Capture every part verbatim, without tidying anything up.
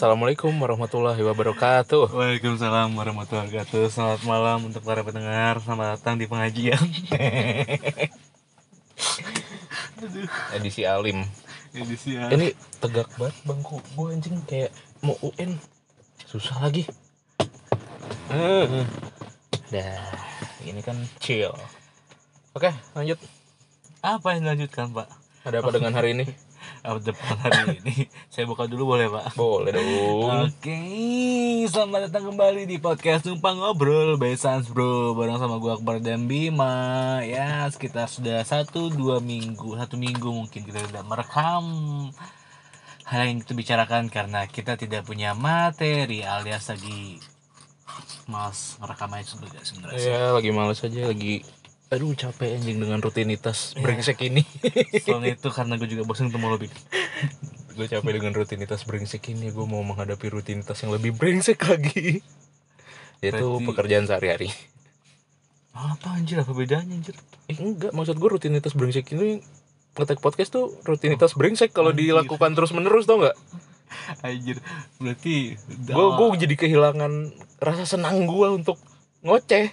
Assalamualaikum warahmatullahi wabarakatuh. Waalaikumsalam warahmatullahi wabarakatuh. Selamat malam untuk para pendengar. Selamat datang di pengajian. Edisi Alim. Edisi ya. Ini tegak banget bangku gue anjing, kayak mau U N. Susah lagi. Hmm. Dah, ini kan chill. Oke, lanjut. Apa yang dilanjutkan, Pak? Ada apa dengan hari ini? Apa depan hari ini? Saya buka dulu boleh, Pak? Boleh dong. Oke, selamat datang kembali di podcast Numpang Ngobrol by Sans Bro. Bareng sama gue Akbar dan Bima. Ya, sekitar sudah satu dua minggu Satu minggu mungkin kita tidak merekam hal yang kita bicarakan karena kita tidak punya materi alias lagi malas merekam aja sebenarnya. Ya, lagi males aja, lagi aduh capek anjing dengan rutinitas brengsek ini. Soalnya itu karena gue juga bosan ketemu lo, Bik. Gue capek dengan rutinitas brengsek ini. Gue mau menghadapi rutinitas yang lebih brengsek lagi, yaitu Berarti... pekerjaan sehari-hari. Apa anjir, apa bedanya anjir? Eh enggak, maksud gue rutinitas brengsek ini ngetek podcast tuh rutinitas brengsek kalau dilakukan terus-menerus, tau nggak? Anjir, berarti gue gue jadi kehilangan rasa senang gue untuk ngoceh.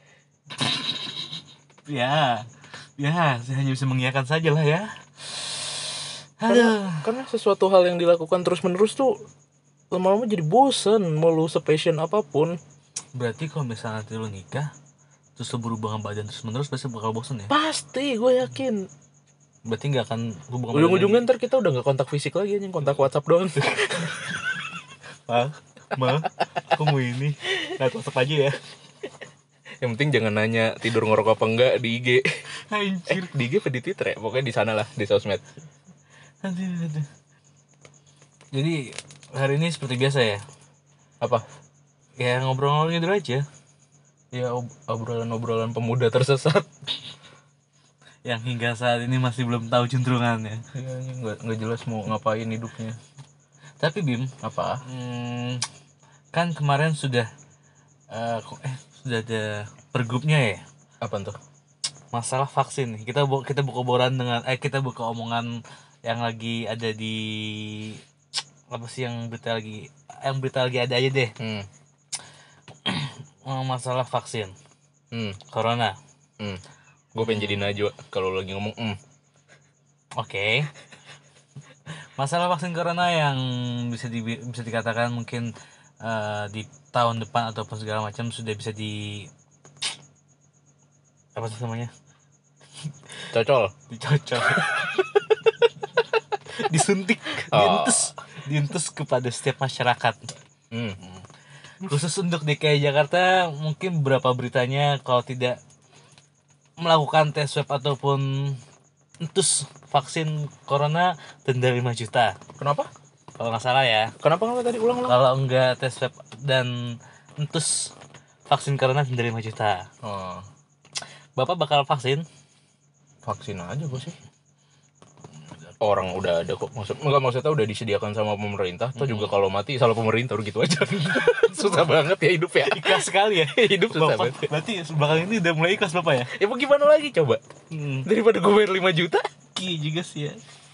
Ya, ya, saya hanya bisa mengiyakan saja lah ya. Karena, karena sesuatu hal yang dilakukan terus-menerus tuh lama-lama jadi bosen, mau lu sepassion apapun. Berarti kalau misalnya nanti lu nikah, terus lu berubah badan terus-menerus, pasti bakal bosen ya? Pasti, gue yakin. Berarti gak akan hubungan ujung-ujungnya ntar kita udah gak kontak fisik lagi, aja kontak WhatsApp doang. Ma, ma, aku mau ini, lihat WhatsApp aja ya. Yang penting jangan nanya tidur ngerokok apa enggak di I G. Anjir. Eh, di I G apa di Twitter ya? Pokoknya di sana lah, di sosmed. Aduh, aduh. Jadi hari ini seperti biasa ya? Apa? Ya ngobrol-ngobrol gitu aja. Ya ob- obrolan-obrolan pemuda tersesat. Yang hingga saat ini masih belum tahu cenderungannya. Ya, nggak nggak jelas mau ngapain hidupnya. Tapi Bim, Apa? hmm, kan kemarin sudah uh, eh sudah ada pergubnya ya. Apa tuh? Masalah vaksin. Kita bu- kita buka obrolan dengan eh kita buka omongan yang lagi ada di apa sih yang berita lagi yang berita lagi ada aja deh. Hmm. Masalah vaksin. Hmm. Corona. Hmm. Gue pengen jadi Najwa kalau lagi ngomong hmm. Oke. Okay. Masalah vaksin corona yang bisa di, bisa dikatakan mungkin uh, di tahun depan ataupun segala macam sudah bisa di apa sih namanya? Cocol. Dicocol. Disuntik, oh. dientes, dientes kepada setiap masyarakat. Hmm. Khusus untuk D K I Jakarta mungkin beberapa beritanya kalau tidak melakukan tes swab ataupun entus vaksin corona denda lima juta. Kenapa? Kalau nggak salah ya. Kenapa nggak tadi ulang-ulang? Kalau enggak tes swab dan entus vaksin corona denda lima juta. Oh. Bapak bakal vaksin? Vaksin aja gue sih. Orang udah ada kok, maksud enggak maksudnya udah disediakan sama pemerintah. Tuh juga kalau mati salah pemerintah gitu aja. Susah banget ya hidup ya. Ikhlas sekali ya hidup susah Bapak, banget. Berarti belakang ini udah mulai ikhlas Bapak ya? Ya mau gimana lagi coba? Hmm. Daripada gue bayar lima juta? Iya juga sih ya.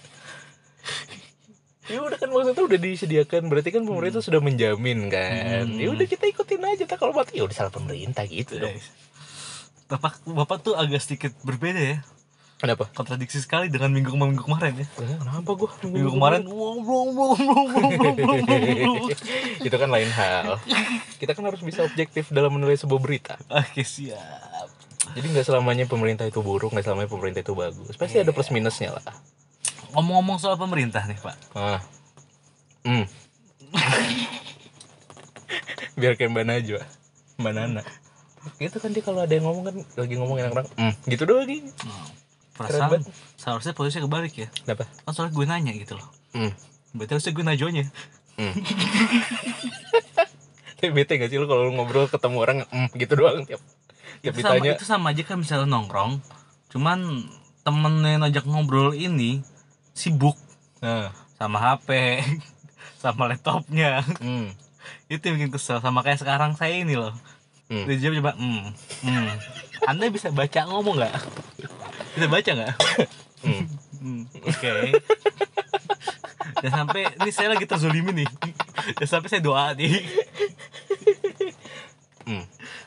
Ya udah kan maksudnya udah disediakan, berarti kan pemerintah hmm. sudah menjamin kan. Hmm. Ya udah kita ikutin aja. Tak kalau mati ya udah salah pemerintah gitu dong. Bapak Bapak tuh agak sedikit berbeda ya. Kenapa? Kontradiksi sekali dengan minggu minggu kemarin ya. Kenapa gua? Minggu, minggu kemarin itu kan lain hal. Kita kan harus bisa objektif dalam menilai sebuah berita. Oke, siap. Jadi nggak selamanya pemerintah itu buruk, nggak selamanya pemerintah itu bagus. Pasti yeah. ada plus minusnya lah. Ngomong-ngomong soal pemerintah nih Pak. Ah. Hmm. Biar kayak Mbak Najwa, Mbak Nana. Gitu kan dia kalau ada yang ngomong kan lagi ngomongin orang, hmm, gitu doang lagi. Hmm. Perasaan seharusnya posisinya kebalik ya. Kenapa? Kan soalnya gue nanya gitu loh. Hmm. Berarti harusnya gue Najwanya. Hmm. Tapi bete gak sih lo kalau ngobrol ketemu orang hmm, gitu doang tiap tiap itu ditanya. Sama, itu sama aja kan misalnya nongkrong, cuman temennya ngajak ngobrol ini sibuk nah. sama H P, sama laptopnya. Hmm. Itu yang bikin kesel. Sama kayak sekarang saya ini loh. Hmm. Dia jawab coba, hmm, hmm. Anda bisa baca ngomong nggak? Bisa baca nggak? hmm. hmm. Oke. Okay. Dan sampai ini saya lagi terzolimi nih. Ya sampai saya doa nih. Hmm.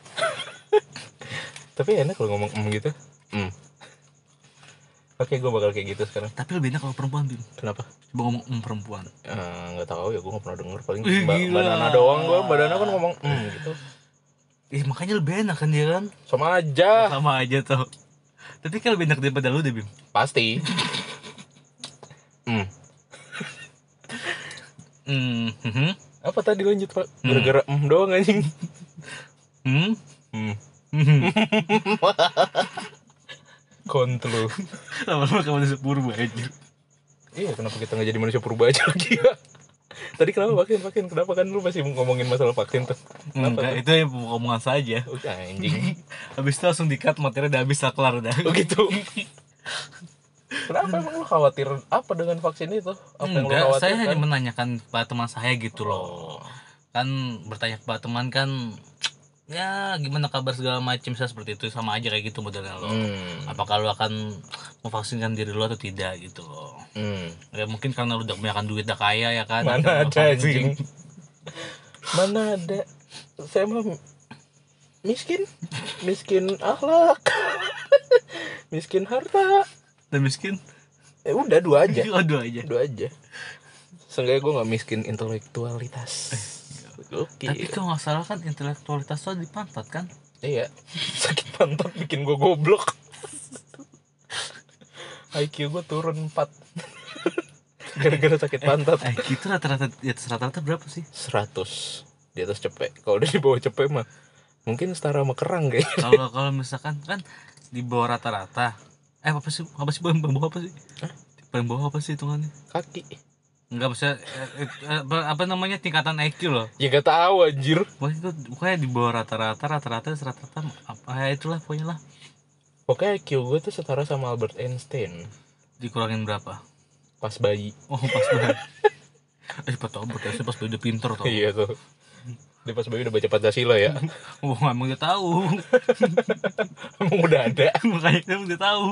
Tapi enak kalau ngomong em gitu. Hmm. Oke, gue bakal kayak gitu sekarang. Tapi lebih enak kalau perempuan, Bim. Kenapa? Coba ngomong em perempuan. Nggak uh, tahu ya, gue nggak pernah denger. Paling Ih, mbak gila. mbak Nana doang, gue mbak Nana kan ngomong em gitu. Ih, makanya lebih enak kan dia kan? Sama aja. Sama aja tuh. Tapi kan lebih enak daripada lu deh, Bim. Pasti. Hmm. Hmm. Hmm. Apa tadi lanjut Pak? Gara-gara em hmm. doang anjing. Hmm. Hmm. Hmm. Kontlu. Lama-lama kamu manusia purba aja. Iya, kenapa kita nggak jadi manusia purba aja lagi ya? Tadi kenapa vaksin vaksin? Kenapa kan lu masih ngomongin masalah vaksin tuh? Enggak, itu yang omongan saja. Oh, anjing. Habis itu langsung di-cut, materi udah habis, kelar udah. Oh gitu. Kenapa emang lu khawatir apa dengan vaksin itu? Apa yang lu Enggak, khawatir? saya kan? hanya menanyakan kepada teman saya gitu loh. Kan bertanya kepada teman kan, ya gimana kabar segala macam, saya seperti itu, sama aja kayak gitu modelnya lo. Hmm. Apakah lo akan memvaksinkan diri lo atau tidak gitu loh. Hmm. Ya mungkin karena lo udah punya duit, udah kaya ya kan. Mana ada anjing. Mana ada. Saya mah miskin. Miskin akhlak. Miskin harta. Dan miskin? Eh udah dua aja. Oh, dua aja. Dua aja. Seenggaknya gue gak miskin intelektualitas. Oke. Tapi kalau nggak salah kan intelektualitas tuh di pantat kan? Iya. Sakit pantat bikin gue goblok. I Q gue turun empat. Gara-gara sakit pantat. I Q itu rata-rata di atas rata-rata berapa sih? seratus. Di atas cepek. Kalau udah di bawah cepek mah mungkin setara sama kerang kayaknya. Kalau kalau misalkan kan di bawah rata-rata. Eh apa sih? Apa sih paling bawah apa sih? Hah? Paling bawah apa sih hitungannya? Kaki. Enggak bisa eh, eh, apa, apa namanya tingkatan I Q loh. Ya gak tahu anjir. Pokoknya, pokoknya di bawah rata-rata rata-rata rata-rata apa ya itulah pokoknya lah. Pokoknya I Q gue tuh setara sama Albert Einstein. Dikurangin berapa? Pas bayi. Oh, pas bayi. Eh, pas Albert Einstein pas bayi udah pinter tau. Iya tuh. Dia pas bayi udah baca Pancasila ya. Oh, emang udah tahu. Emang udah ada. Makanya dia udah tahu.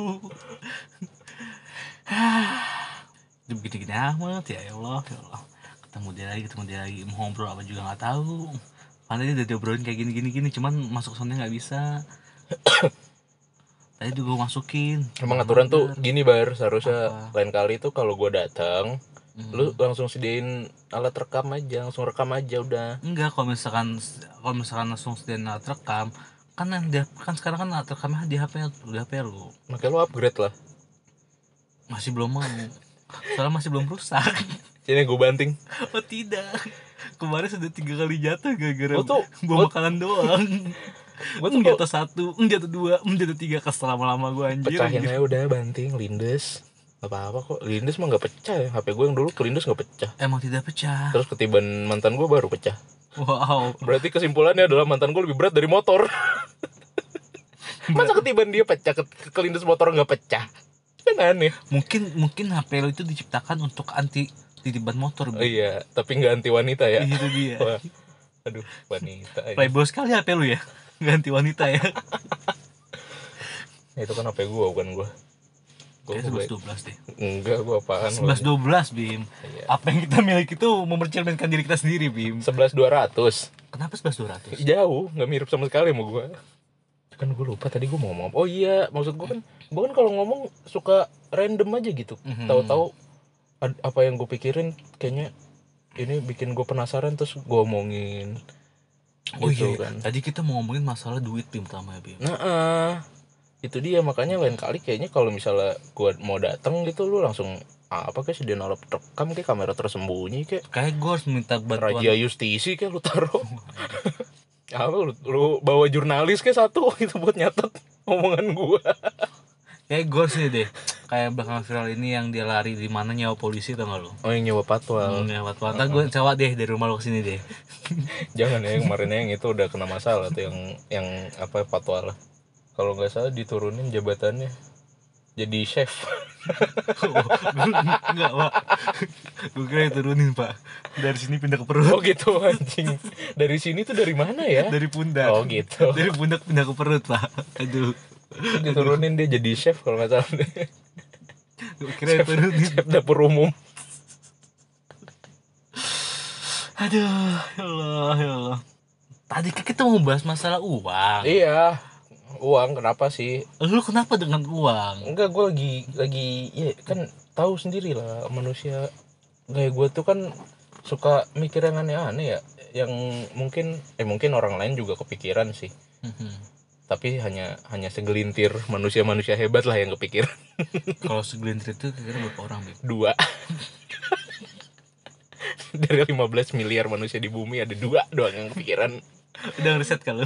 Itu begini-gini amat ya Allah, ya Allah. Ketemu dia lagi, ketemu dia lagi, mau ngobrol apa juga nggak tahu. Padahal dia udah diobrolin kayak gini-gini gini, cuman masuk soundnya nggak bisa. Tadi juga gue masukin. Emang aturan tuh gini Bar, seharusnya apa? Lain kali tuh kalau gue datang, hmm. lu langsung sediain alat rekam aja, langsung rekam aja udah. Enggak, kalau misalkan kalau misalkan langsung sediain alat rekam, kan yang dia kan sekarang kan alat rekamnya di H P di H P lu. Makanya lu upgrade lah. Masih belum mau. Soalnya masih belum rusak. Sini gue banting. Oh tidak. Kemarin sudah tiga kali jatuh gara-gara oh, tuh, bawa oh. makanan doang. Gue tuh jatuh satu, jatuh dua, jatuh tiga, kesel lama-lama gue anjir. Pecahin aja udah banting, lindes. Gak apa-apa kok, lindes mah gak pecah ya. H P gue yang dulu kelindes gak pecah. Emang tidak pecah. Terus ketiban mantan gue baru pecah. Wow. Berarti kesimpulannya adalah mantan gue lebih berat dari motor. Masa ketiban dia pecah, kelindes motor gak pecah? Kan aneh. Mungkin mungkin H P lo itu diciptakan untuk anti titiban motor. Oh iya, tapi nggak anti wanita ya. Itu dia. Wah, aduh, wanita. Playboy sekali H P lo ya, nggak anti wanita ya. Nah, itu kan H P gue bukan gue. Kayak sebelas dua belas deh. Enggak, gue apaan? Sebelas dua belas Bim. Iya. Apa yang kita miliki itu memercerminkan diri kita sendiri Bim. Sebelas dua ratus. Kenapa sebelas dua ratus? Jauh, nggak mirip sama sekali sama gue. Kan gue lupa tadi gue mau ngomong. Oh iya, maksud gue kan, gue kan kalau ngomong suka random aja gitu. Mm-hmm. Tahu-tahu ad, apa yang gue pikirin kayaknya ini bikin gue penasaran terus gue omongin. Oh gitu, iya, kan. Tadi kita mau ngomongin masalah duit Bim pertama ya Bim. Nah, uh, itu dia makanya lain kali kayaknya kalau misalnya gue mau datang gitu lu langsung ah, apa kayak sediain alat rekam kayak kamera tersembunyi kayak. Kayak gue harus minta bantuan. Raja Justisi kayak lu taruh. Apa lu, lu bawa jurnalis kayak satu itu buat nyatet omongan gua. Kayak gue sih deh. Kayak belakang viral ini yang dia lari di mana nyawa polisi tau gak lu? Oh yang nyawa patwal. Hmm, nyawa patwal. Ntar gue sewa deh dari rumah lu kesini deh. Jangan ya, kemarin yang itu udah kena masalah tuh yang yang apa patwal. Kalau nggak salah diturunin jabatannya jadi chef. Oh, enggak pak, gue kira turunin pak, dari sini pindah ke perut. Oh gitu anjing, dari sini tuh dari mana ya? Dari pundak. Oh gitu, dari pundak pindah ke perut pak. Aduh, diturunin dia jadi chef kalau nggak salah deh. Gue kira turunin chef dapur umum. Aduh, ya Allah, ya Allah. Tadi kan kita mau bahas masalah uang. Iya, uang kenapa sih? Lu kenapa dengan uang? Enggak, gue lagi lagi ya kan tahu sendiri lah manusia kayak gue tuh kan suka mikir yang aneh-aneh ya, yang mungkin eh mungkin orang lain juga kepikiran sih. Tapi hanya hanya segelintir manusia-manusia hebat lah yang kepikiran. Kalau segelintir itu kira-kira berapa orang, Bib? Dua. Dari lima belas miliar manusia di bumi ada dua doang yang kepikiran. Udah ngeriset kalau.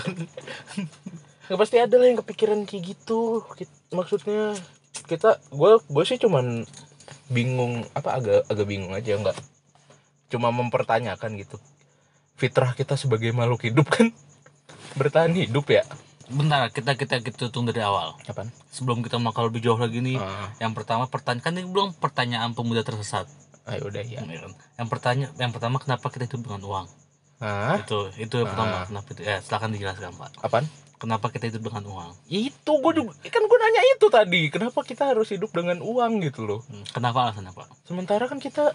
Nggak pasti ada lah yang kepikiran kayak gitu. Maksudnya kita gue gue sih cuman bingung apa agak agak bingung aja, nggak cuma mempertanyakan gitu. Fitrah kita sebagai makhluk hidup kan bertahan hidup ya. Bentar, kita kita kita hitung dari awal. Apaan? Sebelum kita makan lebih jauh lagi nih, Uh. yang pertama pertanyaan kan ini belum pertanyaan pemuda tersesat. Ayo udah ya. Yang pertanyaan yang pertama kenapa kita hidup dengan uang? Hah? Itu itu yang pertama. Kenapa itu? Ya, silakan dijelaskan, Pak. Apaan? Kenapa kita hidup dengan uang? Itu gue juga kan gue nanya itu tadi, kenapa kita harus hidup dengan uang gitu loh. Kenapa alasannya, Pak? Sementara kan kita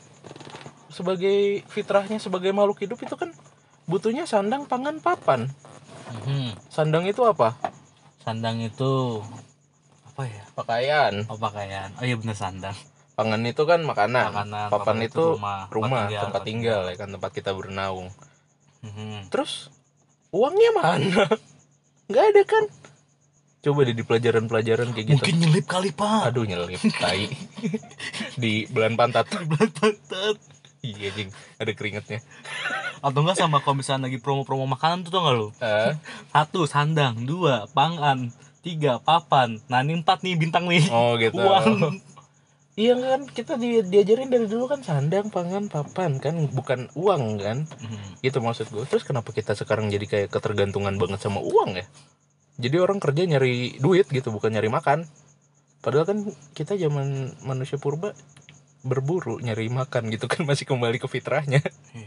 sebagai fitrahnya sebagai makhluk hidup itu kan butuhnya sandang, pangan, papan. Hmm. Sandang itu apa? Sandang itu apa ya? Pakaian. Oh, pakaian. Oh iya benar, sandang. Pangan itu kan makanan. Makanan, papan, papan itu itu rumah, rumah, tempat tinggal, tempat tinggal ya kan, tempat kita bernaung. Hmm. Terus uangnya mana? Nggak ada kan? Coba deh di pelajaran-pelajaran kayak gitu. Mungkin nyelip kali, Pak. Aduh, nyelip tai. Di belahan pantat. Belat pantat. Iya jing, ada keringetnya. Atau enggak sama kalau misalnya lagi promo-promo makanan tuh tau gak lu? Uh, Satu sandang, dua pangan, tiga papan, nah ini empat nih bintang nih. oh gitu. Uang. Iya kan, kita di, diajarin dari dulu kan sandang, pangan, papan kan, bukan uang kan. Hmm. Gitu maksud gue. Terus kenapa kita sekarang jadi kayak ketergantungan banget sama uang ya? Jadi orang kerja nyari duit gitu, bukan nyari makan. Padahal kan kita zaman manusia purba berburu, nyari makan gitu kan, masih kembali ke fitrahnya.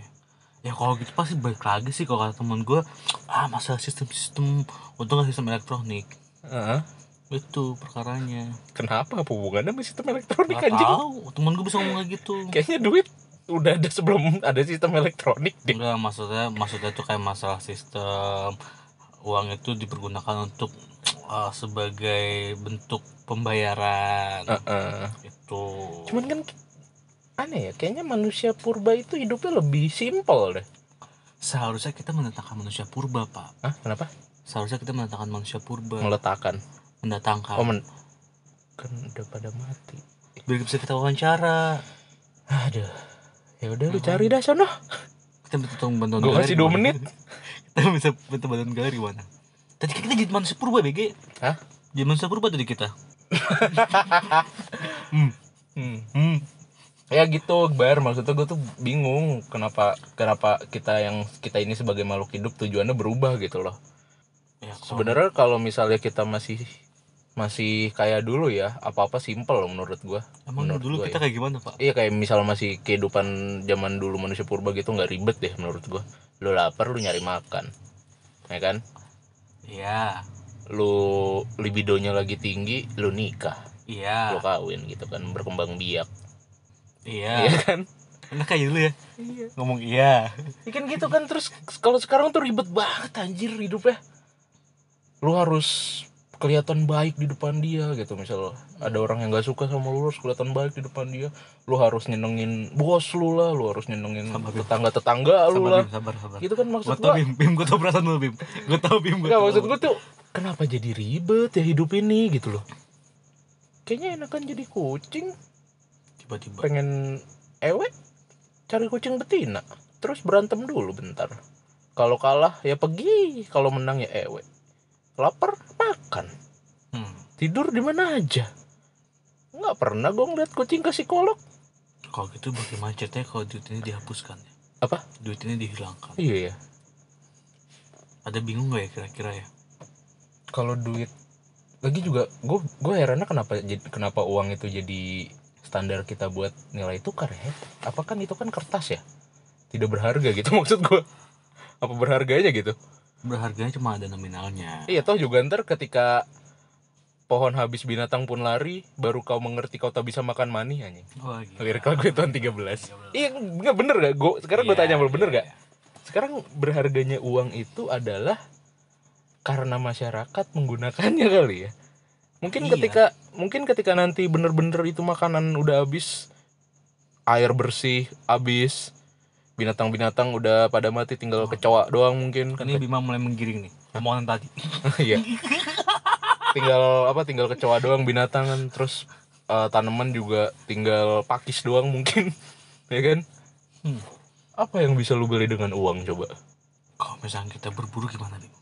Ya kalau gitu pasti balik lagi sih kalau kata temen gue, ah masalah sistem-sistem, untung gak sistem elektronik. Uh, Itu perkaranya. kenapa? Apa hubungannya sama sistem elektronik Gak anjing? tahu, temen gue bisa ngomong kayak gitu. Kayaknya duit udah ada sebelum ada sistem elektronik deh. Enggak, maksudnya maksudnya tuh kayak masalah sistem uang itu dipergunakan untuk uh, sebagai bentuk pembayaran. Uh-uh. Itu. Cuman kan aneh ya, kayaknya manusia purba itu hidupnya lebih simpel deh. Seharusnya kita mendatangkan manusia purba, Pak. Hah? Kenapa? Seharusnya kita mendatangkan manusia purba. Meletakkan. Mendatangkan. Oh, men- kan udah pada mati. Biar bisa kita wawancara. Aduh. Ya udah lu cari dah sono. Kita minta tolong bantuan Gue galeri. kasih dua menit. Kita bisa minta bantuan galeri mana? Tadi kita jadi manusia purba, B G. Hah? Jadi manusia purba tadi kita. hmm. Hmm. Hmm. Ya gitu, Bar, maksudnya gue tuh bingung kenapa kenapa kita yang kita ini sebagai makhluk hidup tujuannya berubah gitu loh. Ya, kalau- Sebenarnya kalau misalnya kita masih masih kayak dulu ya, apa-apa simpel loh menurut gue. Emang menurut dulu gua kita ya. kayak gimana, Pak? Iya, kayak misal masih kehidupan zaman dulu manusia purba gitu nggak ribet deh menurut gue. Lu lapar lu nyari makan, ya kan? Iya. Lu libidonya lagi tinggi, lu nikah, Iya. lu kawin gitu kan, berkembang biak. Iya. Iya kan? Enak kayak dulu ya. Iya. Ngomong iya. Ikan gitu kan. Terus kalau sekarang tuh ribet banget anjir hidupnya. Lu harus kelihatan baik di depan dia gitu. Misal ada orang yang gak suka sama lu, lu harus kelihatan baik di depan dia. Lu harus nyenengin bos lu lah, lu harus nyenengin tetangga-tetangga lu Sabar, lah. Bim, sabar, sabar. Gitu kan maksud Gue tau gua. Bim, Bim gue tau perasaan lu Bim. Gue tau Bim, gue Enggak, tau. maksud gua tuh kenapa jadi ribet ya hidup ini gitu loh. Kayaknya enakan jadi kucing. Tiba-tiba Pengen ewe, cari kucing betina, terus berantem dulu bentar. Kalau kalah ya pergi, kalau menang ya ewe. Lapar makan, hmm. tidur di mana aja. Nggak pernah gue ngeliat kucing ke psikolog. Kalau gitu bagaimana ceritanya kalau duit ini dihapuskan ya? Apa? Duit ini dihilangkan. Iya ya. Ada bingung gak ya kira-kira ya? Kalau duit lagi juga, gue gue herannya kenapa kenapa uang itu jadi standar kita buat nilai tukar ya? Apa kan itu kan kertas ya? Tidak berharga gitu maksud gue. Apa berharganya gitu? Berharganya cuma ada nominalnya. Iya, toh juga ntar ketika pohon habis binatang pun lari, baru kau mengerti kau tak bisa makan mani anjing. Oh, gitu. Lirik lagu itu tahun tiga belas. Iya, enggak bener gak? Gua sekarang gue Iya, tanya lu bener iya, gak? Sekarang berharganya uang itu adalah karena masyarakat menggunakannya kali ya. Mungkin Iya. ketika mungkin ketika nanti bener-bener itu makanan udah habis, air bersih habis, binatang-binatang udah pada mati, tinggal kecoa doang mungkin. Ini Bima mulai menggiring nih omongan tadi. Iya. Tinggal apa? Tinggal kecoa doang binatang kan, terus uh, tanaman juga tinggal pakis doang mungkin, ya kan? Hmm. Apa yang bisa lu beli dengan uang coba? Kalau misalnya kita berburu gimana nih?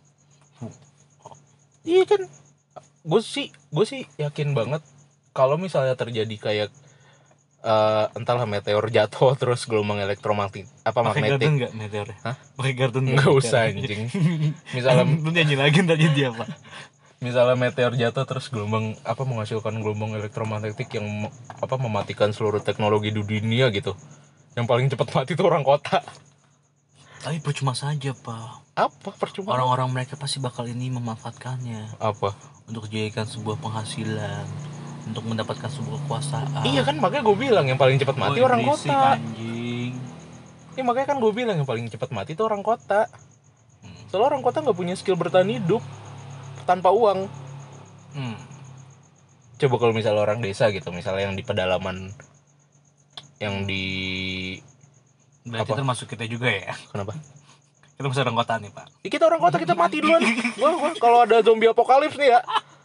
Iya kan? Gue sih, gue sih yakin banget kalau misalnya terjadi kayak uh, entahlah meteor jatuh terus gelombang elektromagnetik apa Pakai magnetik. garden nggak meteornya? Hah? Pakai garden nggak usah anjing. Misalnya lu nyanyi lagi tadi dia apa? misalnya meteor jatuh terus gelombang apa menghasilkan gelombang elektromagnetik yang me- apa mematikan seluruh teknologi di dunia gitu. Yang paling cepat mati itu orang kota. Tapi percuma saja, Pak. Apa percuma? Orang-orang mereka pasti bakal ini memanfaatkannya Apa? untuk dijadikan sebuah penghasilan, untuk mendapatkan sebuah kekuasaan. Iya kan, makanya gue bilang yang paling cepat mati Oh, orang berisik, kota. anjing. Iya makanya kan gue bilang yang paling cepat mati itu orang kota. Soalnya orang kota nggak punya skill bertahan hidup tanpa uang. Hmm. Coba kalau misalnya orang desa gitu, misalnya yang di pedalaman, yang di Berarti apa? termasuk kita juga ya. Kenapa? Kita masih orang kota nih, Pak. Ya, kita orang kota, kita mati duluan. Gua, gua kalau ada zombie apokalips nih ya.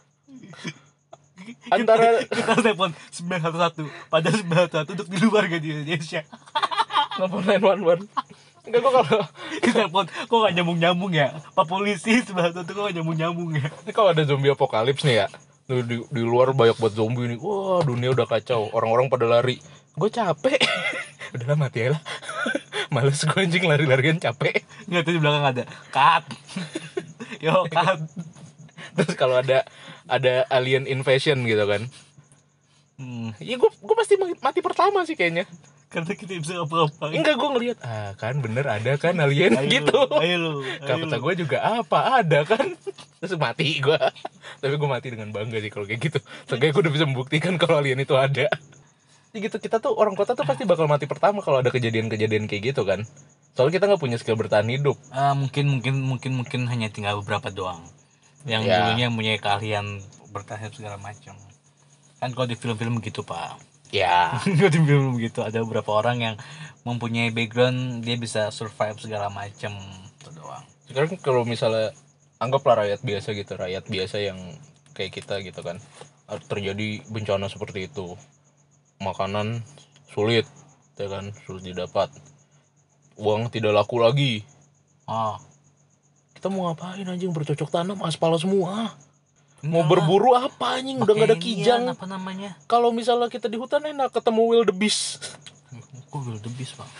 Antara Kita telepon sembilan satu satu pada sembilan satu satu untuk di luar gak di Indonesia. telepon sembilan satu satu. Enggak, gua kalau Kita telepon kok gak nyambung-nyambung ya. Pak polisi sembilan satu satu kok gak nyambung-nyambung ya. ini kalau ada zombie apokalips nih ya. Di, di, di luar banyak buat zombie nih. Wah, dunia udah kacau. Orang-orang pada lari. Gue capek. Udahlah mati aja lah. Males gue anjing lari-larian, capek. Nggak tahu di belakang ada cut. Yo cut. Terus kalau ada ada alien invasion gitu kan. Hmm. Ya gue gue pasti mati pertama sih kayaknya. Karena kita bisa apa-apa. Enggak, gue ngelihat ah kan bener ada kan alien Ayo gitu. lu, ayo lu. Kata gue juga apa ada kan. Terus mati gue. Tapi gue mati dengan bangga sih kalau kayak gitu. Soalnya gue udah bisa membuktikan kalau alien itu ada. Ya gitu, kita tuh orang kota tuh pasti bakal mati pertama kalau ada kejadian-kejadian kayak gitu kan. Soalnya kita nggak punya skill bertahan hidup. Uh, mungkin mungkin mungkin mungkin hanya tinggal beberapa doang yang Ya. dulunya mempunyai keahlian bertahan segala macam. Kan kalau di film-film gitu, Pak. Ya. Kalau di film gitu ada beberapa orang yang mempunyai background dia bisa survive segala macam. Itu doang. Sekarang kalau misalnya anggaplah rakyat biasa gitu, rakyat biasa yang kayak kita gitu kan, terjadi bencana seperti itu, makanan sulit, ya kan, sulit didapat, uang tidak laku lagi, Oh. kita mau ngapain anjing? Bercocok tanam aspal semua. Mau Enggak berburu apa anjing? Udah nggak ada Pakai kijang. inian, apa namanya? Kalau misalnya kita di hutan enak ketemu wildebeest. Kok wildebeest, Pak?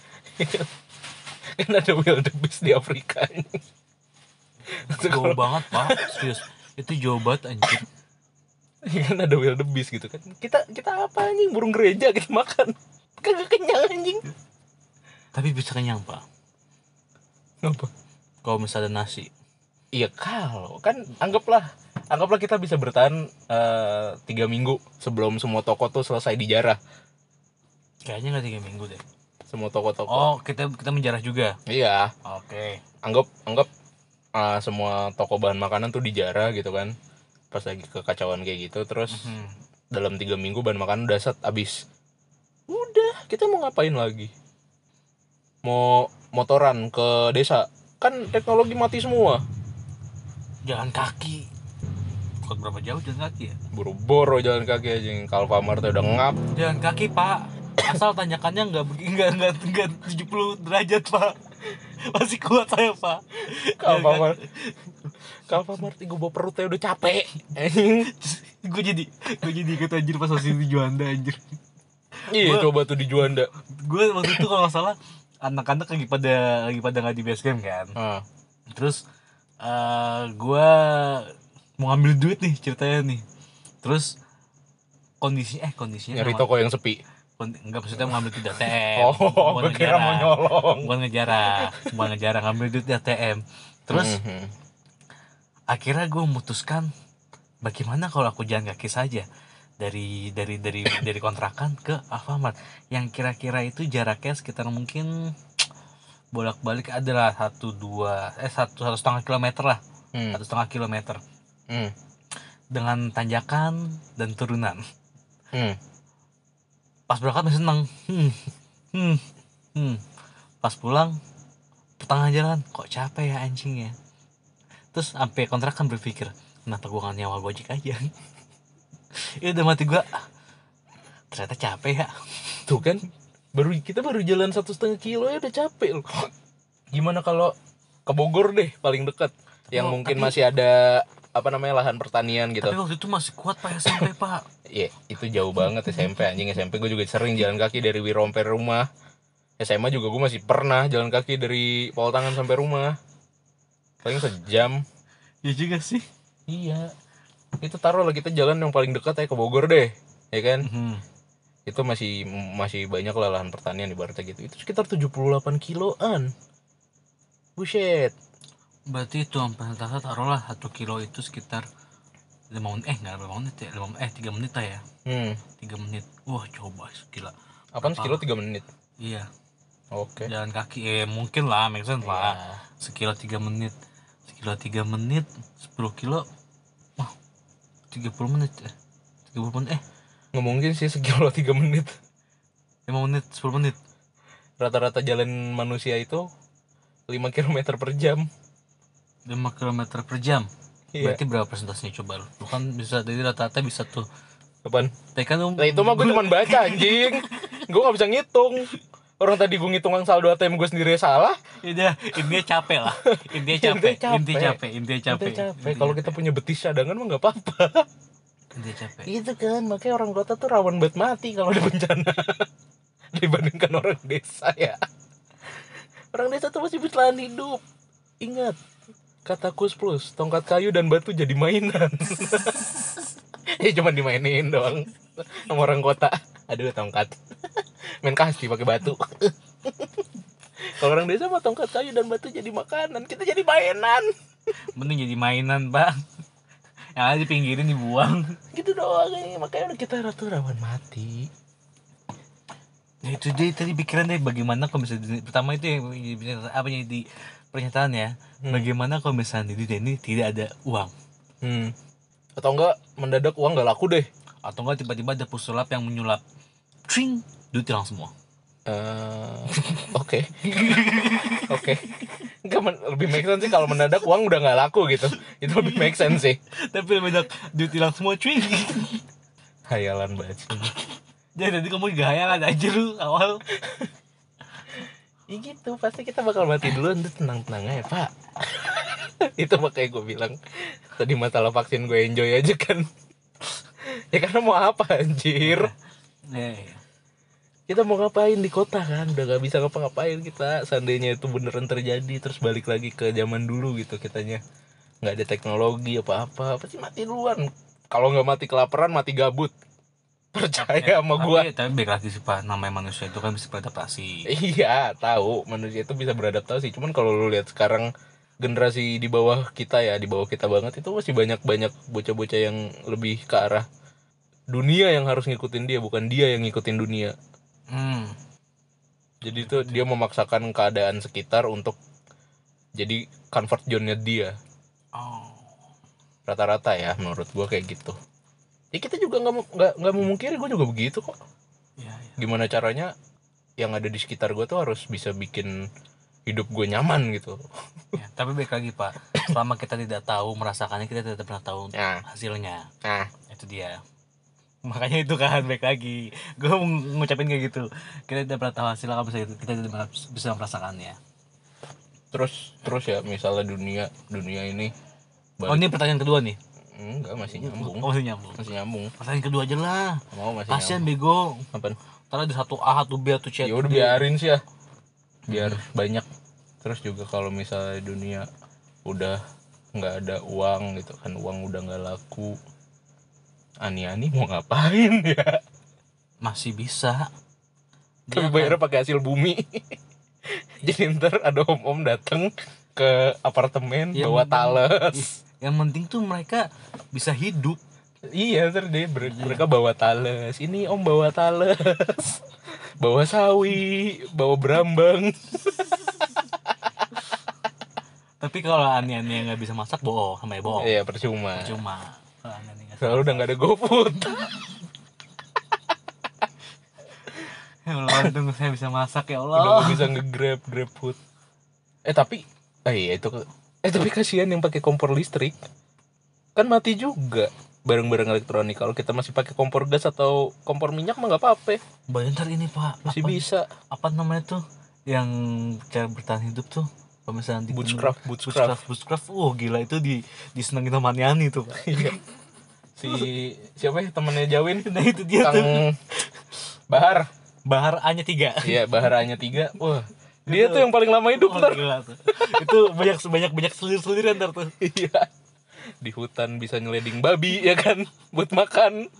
Kan ada wildebeest di Afrika. Jauh banget, Pak. Serius. Itu jauh banget anjir. Kan ada wildebeest gitu kan. Kita kita apa anjing? Burung gereja kita makan. Kagak kenyang anjing. Tapi bisa kenyang, Pak. Apa? Kalau misalnya ada nasi. Iya, kalau kan anggaplah anggaplah kita bisa bertahan uh, tiga minggu sebelum semua toko tuh selesai dijarah. Kayaknya nggak tiga minggu deh. Semua toko-toko. Oh, kita kita menjarah juga. Iya. Oke. Anggap anggap uh, semua toko bahan makanan tuh dijarah gitu kan. Pas lagi kekacauan kayak gitu, terus Hmm. dalam tiga minggu bahan makanan udah set habis. Udah, kita mau ngapain lagi? Mau motoran ke desa? Kan teknologi mati semua. Jalan kaki. Bukan berapa jauh jalan kaki ya? Boro-boro jalan kaki aja. Alfamart udah ngap. Jalan kaki, Pak. Asal tanjakannya nggak begini, nggak nggak nggak tujuh puluh derajat, Pak. Masih kuat saya, Pak. Alfamart. Ke Alfamart gue bawa perutnya udah capek. Gue jadi gue jadi ikut anjir pas masih di Juanda anjir. Iya, Gua- coba tuh di Juanda. Gue waktu itu kalau nggak salah anak-anak lagi pada lagi pada nggak di base camp kan. Ah. Terus uh, gue mau ngambil duit nih ceritanya nih. Terus kondisi eh kondisinya Nyari sama- toko yang sepi. kondi- enggak maksudnya mau ngambil duit di A T M. Oh, bukan gue kira mau ngejarah. nyolong. Bukan ngejarah, bukan ngejarah ngambil duit di A T M. Terus Mhm. akhirnya gue memutuskan bagaimana kalau aku jalan kaki saja dari dari dari dari kontrakan ke Alfamart yang kira-kira itu jaraknya sekitar mungkin bolak-balik adalah satu dua eh satu satu setengah kilometer lah, Hmm. satu setengah kilometer Hmm. dengan tanjakan dan turunan. Hmm. Pas berangkat masih seneng, hmm, hmm, hmm. Pas pulang pertengahan jalan kok capek ya anjing ya. Terus sampai kontrakan berpikir kenapa gua nggak nyawa gojek aja. Itu udah mati gua, ternyata capek ya. Tuh kan, baru kita baru jalan satu setengah kilo ya udah capek loh. Gimana kalau ke Bogor deh paling dekat, yang Oh, mungkin tapi- masih ada apa namanya lahan pertanian gitu. Tapi waktu itu masih kuat Pak S M P Pak. Iya, itu jauh banget S M P anjing. S M P gue juga sering jalan kaki dari Wirompe rumah. S M A juga gue masih pernah jalan kaki dari Pol Tangan sampai rumah. Paling sejam. Ya juga sih. Iya. Itu taruh lah kita jalan yang paling dekat ya ke Bogor deh, ya kan? Hmm. Itu masih masih banyak lah lahan pertanian ibaratnya gitu. Itu sekitar tujuh puluh delapan kiloan. Buset. Berarti itu sampai rata taruhlah satu kilo itu sekitar lima menit, eh nggak lima menit ya, lima eh tiga menit lah ya, Hmm. tiga menit. Wah coba gila. Apaan Apa? sekilo tiga menit? Iya. Oke. Jalan kaki, eh mungkin lah, make sense lah. Ya. Sekilo tiga menit, sekilo tiga menit, sepuluh kilo, wah tiga puluh menit ya, tiga puluh menit, eh Nggak mungkin sih sekilo tiga menit. lima menit, sepuluh menit. Rata-rata jalan manusia itu lima kilometer per jam. lima kilometer per jam. Iya. Berarti berapa persentasenya coba lu? Lu kan bisa, jadi rata-rata bisa tuh. Apaan? Tapi kan lu, Nah itu mah gue cuma baca anjing. Gue gak bisa ngitung. Orang tadi gue ngitung saldo A T M gue sendiri salah. intinya, intinya capek lah. Intinya capek, intinya capek, intinya capek. Intinya capek. Kalau kita punya betis cadangan mah gak apa-apa. Intinya capek. Itu kan, makanya orang kota tuh rawan banget mati kalau ada bencana. Dibandingkan orang desa ya. Orang desa tuh masih bertahan hidup. Ingat, kata Kus Plus, tongkat kayu dan batu jadi mainan. Ya cuma dimainin doang sama orang kota. Aduh tongkat. Main kasti pakai batu. Kalau orang desa mah tongkat kayu dan batu jadi makanan, kita jadi mainan. Mending jadi mainan Pak. Yang ada dipinggirin dibuang. Gitu doang ini, makanya kita ratu rawan mati. Ya itu dia tadi pikiran deh, bagaimana kalau misalnya pertama itu yang apa yang di pernyataan ya, Hmm. bagaimana kalau misalnya di dunia ini tidak ada uang, Hmm. Atau enggak mendadak uang gak laku deh. atau enggak tiba-tiba ada pesulap yang menyulap, tring, duit hilang semua. Eh, Oke. Oke. Enggak men- lebih make sense sih kalau mendadak uang udah nggak laku gitu. Itu lebih make sense sih. Tapi lebih banyak duit hilang semua, tring. Hayalan banget sih. Jadi tadi kamu gak hayalan aja lu awal. Ya gitu, pasti kita bakal mati duluan. Tuh tenang-tenang aja pak. Itu makanya gue bilang tadi masalah vaksin gue enjoy aja kan. Ya karena mau apa anjir. Ya, ya. Kita mau ngapain di kota kan, udah gak bisa ngapa-ngapain kita. Seandainya itu beneran terjadi terus balik lagi ke zaman dulu gitu kitanya, nggak ada teknologi apa-apa, pasti mati duluan. Kalau nggak mati kelaparan, mati gabut. Percaya sama gua. Tapi, tapi baik lagi sih Pak, namanya manusia itu kan bisa beradaptasi. Iya tahu manusia itu bisa beradaptasi, cuman kalau lu lihat sekarang generasi di bawah kita ya, di bawah kita banget itu masih banyak-banyak bocah-bocah yang lebih ke arah dunia yang harus ngikutin dia, bukan dia yang ngikutin dunia. Hmm. Jadi itu dia memaksakan keadaan sekitar untuk jadi comfort zone-nya dia. Oh. Rata-rata ya menurut gua kayak gitu. Ya kita juga nggak nggak nggak memungkiri, gue juga begitu kok. Ya, ya. Gimana caranya yang ada di sekitar gue tuh harus bisa bikin hidup gue nyaman gitu. Ya, tapi baik lagi Pak, selama kita tidak tahu merasakannya, kita tidak pernah tahu Nah. hasilnya. Nah, Itu dia. Makanya itu kan baik lagi, gue ngucapin kayak gitu, kita tidak pernah tahu hasilnya, kalau bisa kita tidak pernah bisa merasakannya. terus terus ya misalnya dunia dunia ini Oh ini pertanyaan kedua nih. enggak masih nyambung. Oh, masih nyambung. Masih nyambung. Pertanyaan kedua aja lah. Mau masih Kasian nyambung. bego. Apaan? Ntar ada satu A, satu B, satu C. Ya udah biarin sih ya. Biar banyak. Terus juga kalau misalnya dunia udah nggak ada uang gitu kan, uang udah nggak laku, ani-ani mau ngapain ya? Masih bisa. Tapi Dia bayarnya pakai hasil bumi. Jadi ntar ada om-om datang ke apartemen Yang bawa penting- tales. Yang penting tuh mereka bisa hidup. Iya, ntar dia ber- mereka bawa tales. Ini om bawa tales. Bawa sawi, bawa berambang. Tapi kalau ani-ani yang nggak bisa masak bohong, sama ya bohong. Iya percuma. Percuma. Kalau ani-ani nggak Soalnya udah nggak ada GoFood. Ya Allah, untung saya bisa masak ya Udah Allah. nggak bisa nge-grab grab food. Eh tapi, eh iya itu. Eh tapi kasihan yang pakai kompor listrik. Kan mati juga barang-barang elektronik. Kalau kita masih pakai kompor gas atau kompor minyak mah nggak apa-apa. Bentar ini Pak, Masih apa, bisa. apa namanya tuh yang cara bertahan hidup tuh? Kalau misalnya nanti Bushcraft, Bushcraft, bushcraft. Bushcraft, oh gila itu di disenengin sama Ani tuh Pak. Iya. Si siapa ya temennya Jawin? Nah itu dia tuh. Kang Bahar. Bahar A-nya tiga. Iya, Bahar A-nya tiga. Wah, dia tuh yang paling lama hidup Oh, ntar. gila tuh. Itu banyak sebanyak banyak selir-selir ntar tuh. Iya. Di hutan bisa nyeleding babi ya kan buat makan.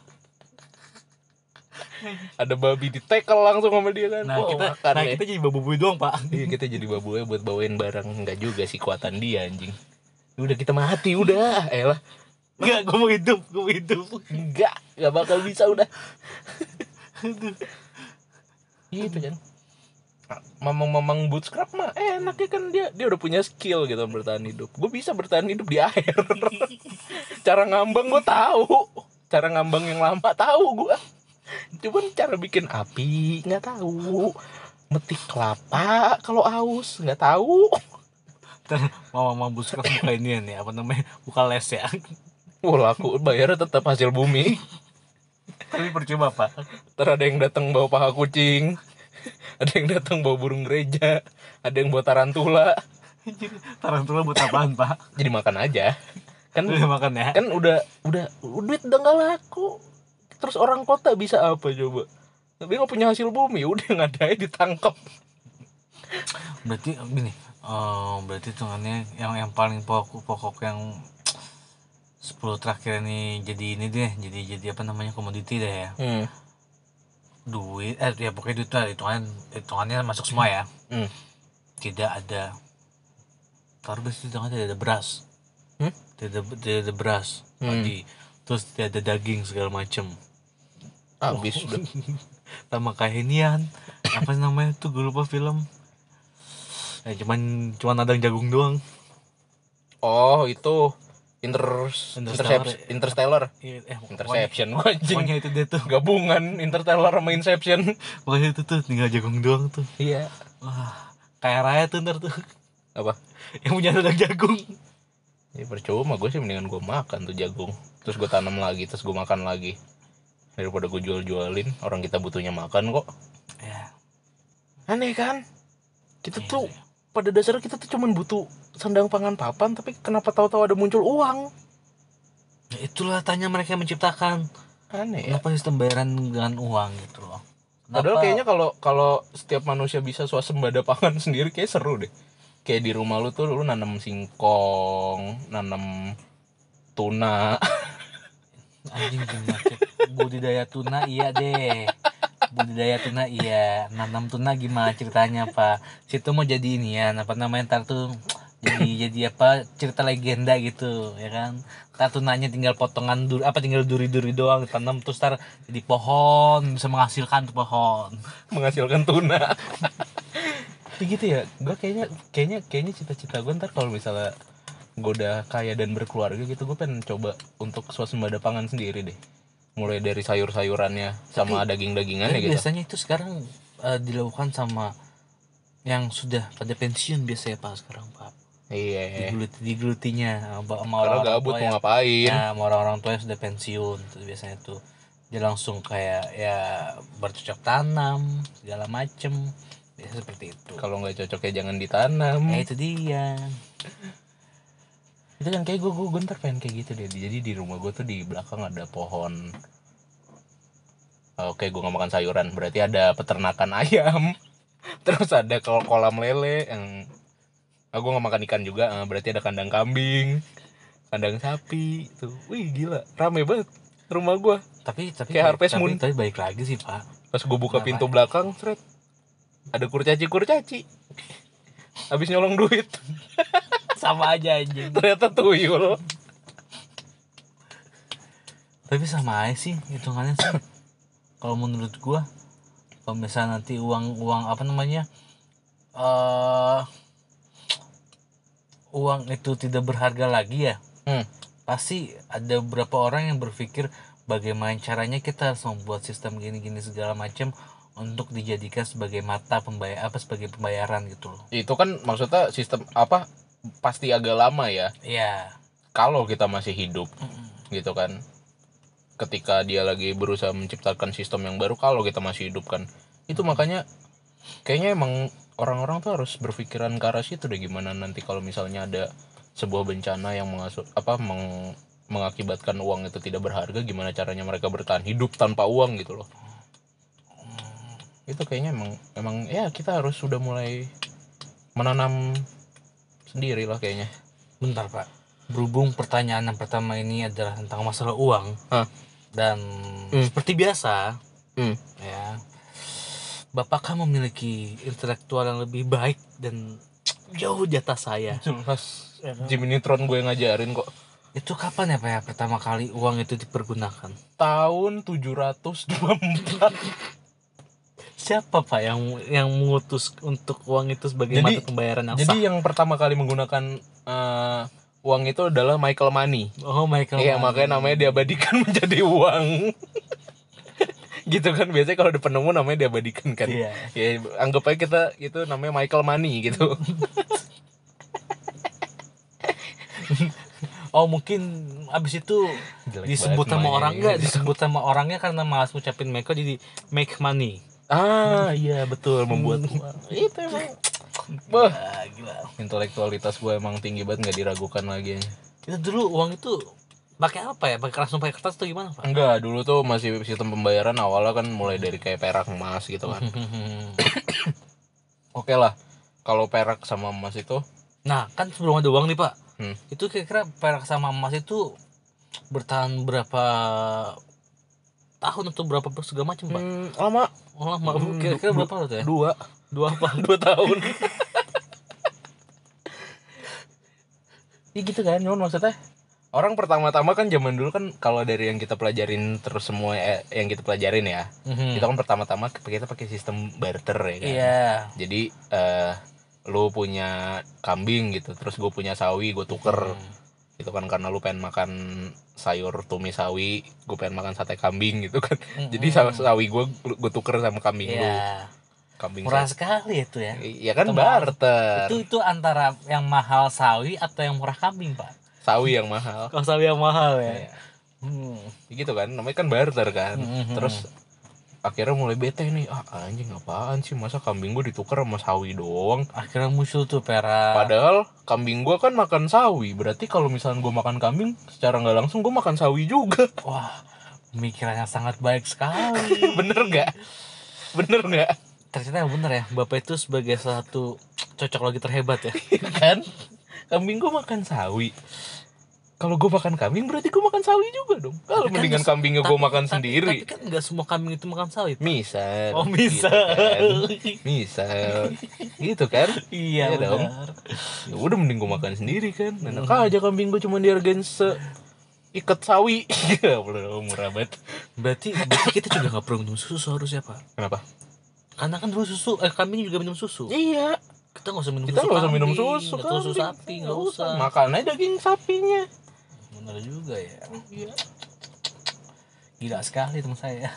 Ada babi ditekel langsung sama dia kan. Nah, Wah, kita makan nah ya. kita jadi babu-babu doang, Pak. Iya, kita jadi babunya buat bawain barang. Enggak juga sih kuatan dia anjing. Udah kita mati udah. Elah. Enggak, gue mau hidup, gue mau hidup. Enggak, enggak bakal bisa udah. Gitu kan. Mamang-mamang bootstrap mah enak ya kan, dia dia udah punya skill gitu bertahan hidup. Gue bisa bertahan hidup di air. Cara ngambang gue tahu. Cara ngambang yang lama tahu gue. Cuman cara bikin api nggak tahu. Metik kelapa kalau aus nggak tahu. Ntar mama-mama Bushcraft buka ini nih, apa namanya? Buka les ya. Wah laku, bayarnya tetap hasil bumi. Tapi percuma, Pak. Ntar ada yang datang bawa paha kucing. Ada yang datang bawa burung gereja. Ada yang bawa tarantula. Tarantula buat apaan, Pak? Jadi makan aja. Kan Udah makan ya? kan udah udah duit udah nggak laku. Terus orang kota bisa apa coba? Tapi nggak punya hasil bumi, udah nggak ada ditangkap. Berarti gini, oh, berarti hitungannya yang yang paling pokok pokok yang sepuluh terakhir ini jadi ini deh, jadi jadi apa namanya komoditi deh ya. Hmm. Duit, eh ya pokoknya duit lah, hitungan hitungannya masuk semua ya. Hmm. Tidak ada, taruh besi hitungannya tidak ada beras, Hmm? tidak ada, tidak ada beras, Hmm. padi, terus tidak ada daging segala macem. Habis udah. Sama kayak inian, apa namanya tuh gue lupa film. Ya cuman cuman ada jagung doang. Oh itu Inter Interstellar. Intercept Interstellar. Iya, eh, pokoknya, Interception gua anjing. pokoknya itu dia tuh. Gabungan Interstellar sama Inception. Pokoknya itu tuh tinggal jagung doang tuh. Iya. Wah, kayak raya tuh ntar tuh. Apa? Yang punya ladang jagung. Ya percuma, gue sih mendingan gue makan tuh jagung. Terus gue tanam lagi, terus gue makan lagi. Daripada gue jual-jualin, orang kita butuhnya makan kok. Ya. Aneh kan? Kita Iya tuh sih. pada dasarnya kita tuh cuman butuh sandang pangan papan, tapi kenapa tahu-tahu ada muncul uang? Ya itulah tanya mereka yang menciptakan. Aneh ya. Kenapa sistem bayaran dengan uang gitu loh. Kenapa? Padahal kayaknya kalau kalau setiap manusia bisa swasembada pangan sendiri kayak seru deh. Kayak di rumah lu tuh lu nanam singkong, nanam tuna. Anjing gimana? Budidaya tuna iya deh. Budidaya tuna iya. Nanam tuna gimana ceritanya, Pak? Situ mau jadi ini ya, apa namanya ntar tuh jadi jadi apa cerita legenda gitu ya kan. Ntar tunanya tinggal potongan duri, apa tinggal duri-duri doang tanam terus ntar jadi pohon, bisa menghasilkan tuh pohon. Menghasilkan tuna. Begitu ya, gue kayaknya kayaknya kayaknya cita-cita gue ntar kalau misalnya gue udah kaya dan berkeluarga gitu, gue pengen coba untuk swasembada pangan sendiri deh. Mulai dari sayur-sayurannya sama daging-dagingannya Tapi gitu. biasanya itu sekarang eh, dilakukan sama yang sudah pada pensiun biasanya Pak sekarang Pak. Iya. Digeluti digelutinya sama Karena orang-orang gabut tua mau yang, ngapain? ya, sama orang-orang tua yang sudah pensiun tuh biasanya tuh dia langsung kayak ya bercocok tanam segala macem biasa seperti itu. Kalau nggak cocok ya jangan ditanam. Ya itu dia. Itu kan kayak gue gue ntar pengen kayak gitu deh. Jadi di rumah gue tuh di belakang ada pohon. Oke, gue nggak makan sayuran, berarti ada peternakan ayam. Terus ada kol- kolam lele yang ah, gue nggak makan ikan juga, ah, berarti ada kandang kambing, kandang sapi. Tuh, wih gila, rame banget rumah gue. Tapi tapi Kayak Harvest tapi, Moon. tapi baik lagi sih Pak. Pas gue buka Kenapa? pintu belakang, seret, ada kurcaci kurcaci. Habis nyolong duit, Sama aja anjing. ternyata tuyul. Tapi sama aja sih hitungannya sih. Kalau menurut gua, kalau misalnya nanti uang uang apa namanya, eh uang itu tidak berharga lagi ya, Hmm. pasti ada beberapa orang yang berpikir bagaimana caranya kita harus membuat sistem gini-gini segala macam untuk dijadikan sebagai mata pembayar apa sebagai pembayaran gitu loh. Itu kan maksudnya sistem apa pasti agak lama ya. Iya. Kalau kita masih hidup gitu kan. Ketika dia lagi berusaha menciptakan sistem yang baru kalau kita masih hidup kan. Itu makanya kayaknya emang orang-orang tuh harus berpikiran ke arah situ deh, gimana nanti kalau misalnya ada sebuah bencana yang mengasut apa meng, mengakibatkan uang itu tidak berharga, gimana caranya mereka bertahan hidup tanpa uang gitu loh. Itu kayaknya emang emang ya kita harus sudah mulai menanam sendiri lah kayaknya. Bentar Pak, berhubung pertanyaan yang pertama ini adalah tentang masalah uang. Hah? Dan Hmm. seperti biasa Hmm. ya, Bapak kan memiliki intelektual yang lebih baik dan jauh di atas saya. Jelas Jimmy Neutron gue ngajarin kok. Itu kapan ya Pak ya pertama kali uang itu dipergunakan? Tahun tujuh ratus dua puluh empat. Siapa Pak yang yang mengutus untuk uang itu sebagai Jadi- mata pembayaran yang Jadi sah? yang pertama kali menggunakan eh, uang itu adalah Michael Money. Oh Michael Iya, Mann. makanya namanya diabadikan menjadi uang. Gitu kan, biasanya kalau ada penemu namanya diabadikan kan. Iya. Ya anggap aja kita itu namanya Michael Money gitu. Oh mungkin abis itu Jelek disebut banget sama namanya. orang enggak disebut sama orangnya karena malas ngucapin Michael jadi make money. Ah iya betul, membuat uang. Itu emang bah, Ah, gila. intelektualitas gue emang tinggi banget, nggak diragukan lagi. Itu dulu uang itu pakai apa ya? Pakai langsung pakai kertas atau gimana Pak? Enggak, dulu tuh masih sistem pembayaran awalnya kan mulai dari kayak perak emas gitu kan. Oke lah, kalau perak sama emas itu Nah kan sebelum ada uang nih Pak, hmm, itu kira-kira perak sama emas itu bertahan berapa tahun atau berapa segala macam Pak? hmm, lama. Oh lama. Hmm, Kira-kira du- berapa tuh ya? Dua. Dua apa? Dua tahun. Ya gitu kan, cuman maksudnya orang pertama-tama kan zaman dulu kan kalau dari yang kita pelajarin terus semua eh, yang kita pelajarin ya, Mhm. kita kan pertama-tama kita pakai sistem barter ya kan. Iya. Jadi eh lu punya kambing gitu, terus gue punya sawi, gue tuker. Hmm. Itu kan karena lu pengen makan sayur tumis sawi, gue pengen makan sate kambing gitu kan. Jadi sa- sawi gue gue tuker sama kambing lu. Iya. Kambing Murah sawi. sekali itu ya. Iya kan Itu mahal. barter. Itu itu antara yang mahal sawi atau yang murah kambing Pak? Sawi yang mahal. Kalau sawi yang mahal ya. Iya. Hmm. Gitu kan, namanya kan barter kan. Mhm. Terus akhirnya mulai bete nih, ah anjing apaan sih, masa kambing gue ditukar sama sawi doang. Akhirnya muncul tuh perak. Padahal kambing gue kan makan sawi, berarti kalau misalnya gue makan kambing secara nggak langsung gue makan sawi juga. Wah, pemikirannya sangat baik sekali. Bener nggak? Bener nggak? Ternyata bener ya, Bapak itu sebagai salah satu cocokologi terhebat ya. Kan kambing gue makan sawi, kalau gue makan kambing berarti gue makan sawi juga dong. Kalau Tapi kan mendingan nggak- kambingnya gue tapi- makan tapi- sendiri. Tapi kan nggak semua kambing itu makan sawi. Pak. Misal. Oh, misal. Gitu kan. Misal. Gitu kan? Iya Iya dong. benar. Ya udah mending gue makan sendiri kan. Enak aja kambing gue cuma dihargain se ikat sawi. Ya belum murah banget. Berarti, berarti kita juga nggak perlu minum susu harusnya Pak. Kenapa? Karena kan dulu susu, eh kambing juga minum susu. Iya. Kita nggak usah minum Kita susu nggak usah minum kambing, susu nggak usah susu kambing. sapi, nggak usah. Makan aja daging sapinya. Benar juga ya. Iya. Gila sekali teman saya.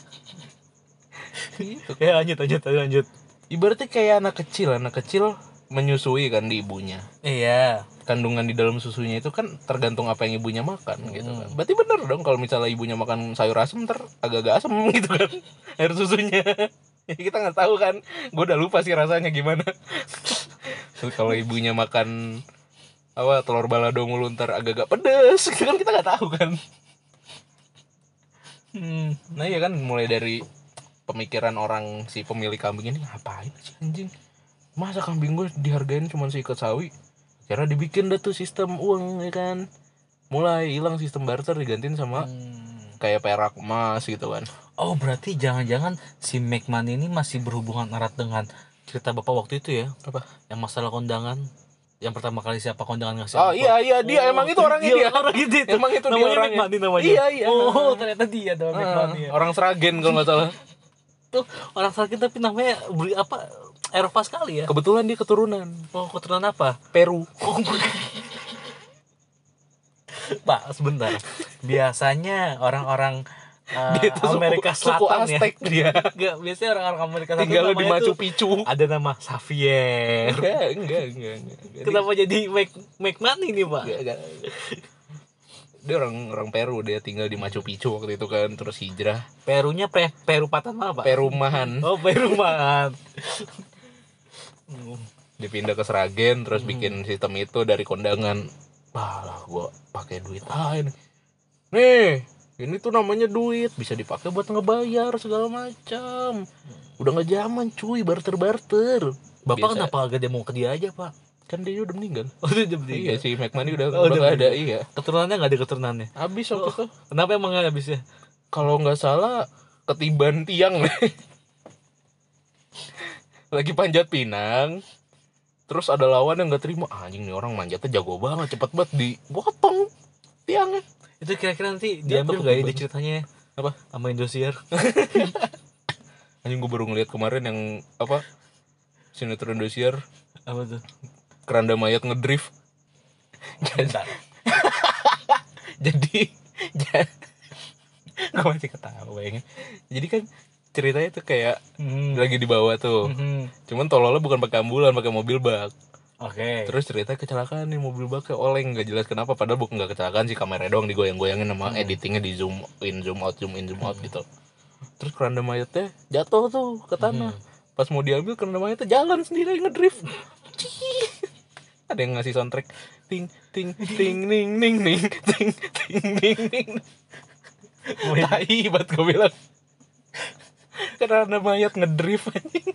Gitu. Ya lanjut lanjut lanjut. Ibaratnya kayak anak kecil, anak kecil menyusui kan di ibunya. Iya. Kandungan di dalam susunya itu kan tergantung apa yang ibunya makan gitu kan. Berarti bener dong kalau misalnya ibunya makan sayur asem ntar agak-agak asem gitu kan air susunya. Ya kita nggak tahu kan. Gue udah lupa sih rasanya gimana. Terus kalau ibunya makan apa telur balado mulu ntar agak-agak pedes gitu kan, kita nggak tahu kan. Hmm. Nah ya kan mulai dari pemikiran orang si pemilik kambing ini, ngapain sih anjing, masa kambing gue dihargain cuma seikat sawi. Karena dibikin dah tuh sistem uang ya kan, mulai hilang sistem barter digantiin sama Hmm. kayak perak emas gitu kan. Oh berarti jangan-jangan si McMahon ini masih berhubungan erat dengan cerita bapak waktu itu ya? Apa? Yang masalah kondangan, yang pertama kali siapa kondangan ngasih? Oh apa? iya iya dia Oh, emang itu orangnya dia. Orang itu, itu. Emang itu dia namanya orangnya. McMahon namanya. Iya iya. Oh ternyata dia dong Ah, McMahon ya. orang Sragen kalau nggak salah. Tuh orang sakit tapi namanya beli apa? Eropa sekali ya. Kebetulan dia keturunan Oh keturunan apa? Peru. Oh, Pak, sebentar. Biasanya orang-orang uh, Dia tuh suku- Amerika suku Selatan ya. Aztec dia. Enggak, biasanya orang-orang Amerika Selatan Tinggal di namanya Machu tuh Picchu. ada nama Xavier. Enggak, enggak, enggak, enggak. Jadi- Kenapa jadi Make Make Money nih, Pak? enggak, enggak. Dia orang orang Peru, dia tinggal di Machu Picchu waktu itu kan, terus hijrah. Perunya pre, Peru Patama, Pak. Perumahan. Oh, Perumahan. Dia pindah ke Sragen, terus bikin sistem itu dari kondangan. Ah lah, gua pakai duit ah ini. Nih, ini tuh namanya duit, bisa dipakai buat ngebayar segala macam. Udah nggak zaman cuy, barter-barter. Bapak Biasa- kenapa agak demo ke dia aja, Pak? kan dia udah meninggal. Oh, dia udah Iya si McMoney udah Oh, udah udah nggak ada, meninggal. iya. Keturunannya nggak ada keturunannya. Habis waktu Oh. itu. Kenapa emang nggak habisnya? Kalau nggak salah ketiban tiang. Lagi panjat pinang. Terus ada lawan yang nggak terima. Ah, anjing nih orang manjatnya jago banget, cepet banget dipotong tiangnya. Itu kira-kira nanti Dia diambil tuh nggak ya gimana? di ceritanya? Apa? Sama Indosiar? Anjing gue baru ngeliat kemarin yang apa? Sinetron Indosiar, Apa tuh? keranda mayat ngedrift. Bentar. Jadi gue masih ketawa bayangin. Jadi kan ceritanya tuh kayak Hmm. lagi di bawah tuh. Mhm. Cuman tololnya bukan pakai ambulan, pakai mobil bak. Oke. Terus cerita kecelakaan nih, mobil baknya oleng, nggak jelas kenapa, padahal bukan nggak kecelakaan sih, kameranya doang digoyang-goyangin sama editingnya di zoom in zoom out zoom in zoom out gitu. Terus keranda mayatnya jatuh tuh ke tanah. Pas mau diambil keranda mayatnya jalan sendiri ngedrift. Ada yang ngasih soundtrack ting ting ting ning ning ning ting ting ning ning. Tai banget gue bilang. Keranda mayat ngedrift anjing.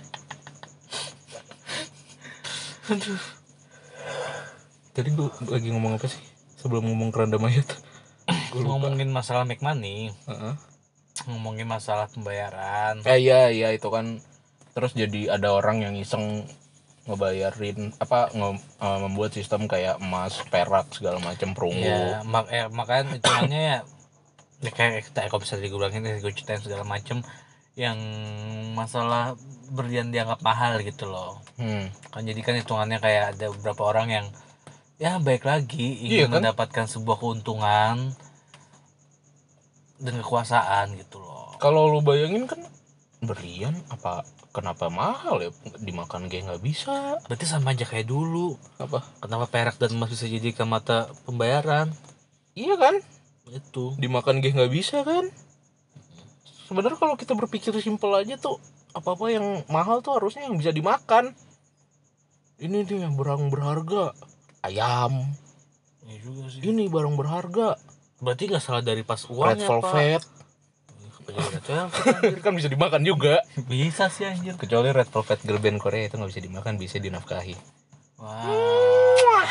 Aduh. Tadi gue lagi ngomong apa sih sebelum ngomong keranda mayat? Gue lupa. Ngomongin masalah make money, Heeh. ngomongin masalah pembayaran. Eh iya iya itu kan terus jadi ada orang yang iseng ngebayarin apa nge, uh, membuat sistem kayak emas, perak segala macam perunggu. Ya, mak eh, makanya hitungannya ya, ya kayak kita kalau bisa digulangin, gue ceritain segala macem yang masalah berlian dianggap mahal gitu loh. Hmm. Kan jadi kan hitungannya kayak ada beberapa orang yang ya baik lagi Iya ingin kan? mendapatkan sebuah keuntungan dan kekuasaan gitu loh. Kalau lu bayangin kan berlian apa kenapa mahal ya, dimakan kayak nggak bisa. Berarti sama aja kayak dulu. Apa? Kenapa perak dan emas bisa jadikan mata pembayaran? Iya kan? Itu. Dimakan kayak nggak bisa kan? Sebenarnya kalau kita berpikir simpel aja tuh apa-apa yang mahal tuh harusnya yang bisa dimakan. Ini nih yang barang berharga, ayam. Ya juga sih. Ini barang berharga, Berarti nggak salah dari pas red uangnya, Pak. velvet. Jadi red velvet. Kan bisa dimakan juga. Bisa sih anjir. Kecuali red velvet girl band Korea itu nggak bisa dimakan, bisa dinafkahi. Wah.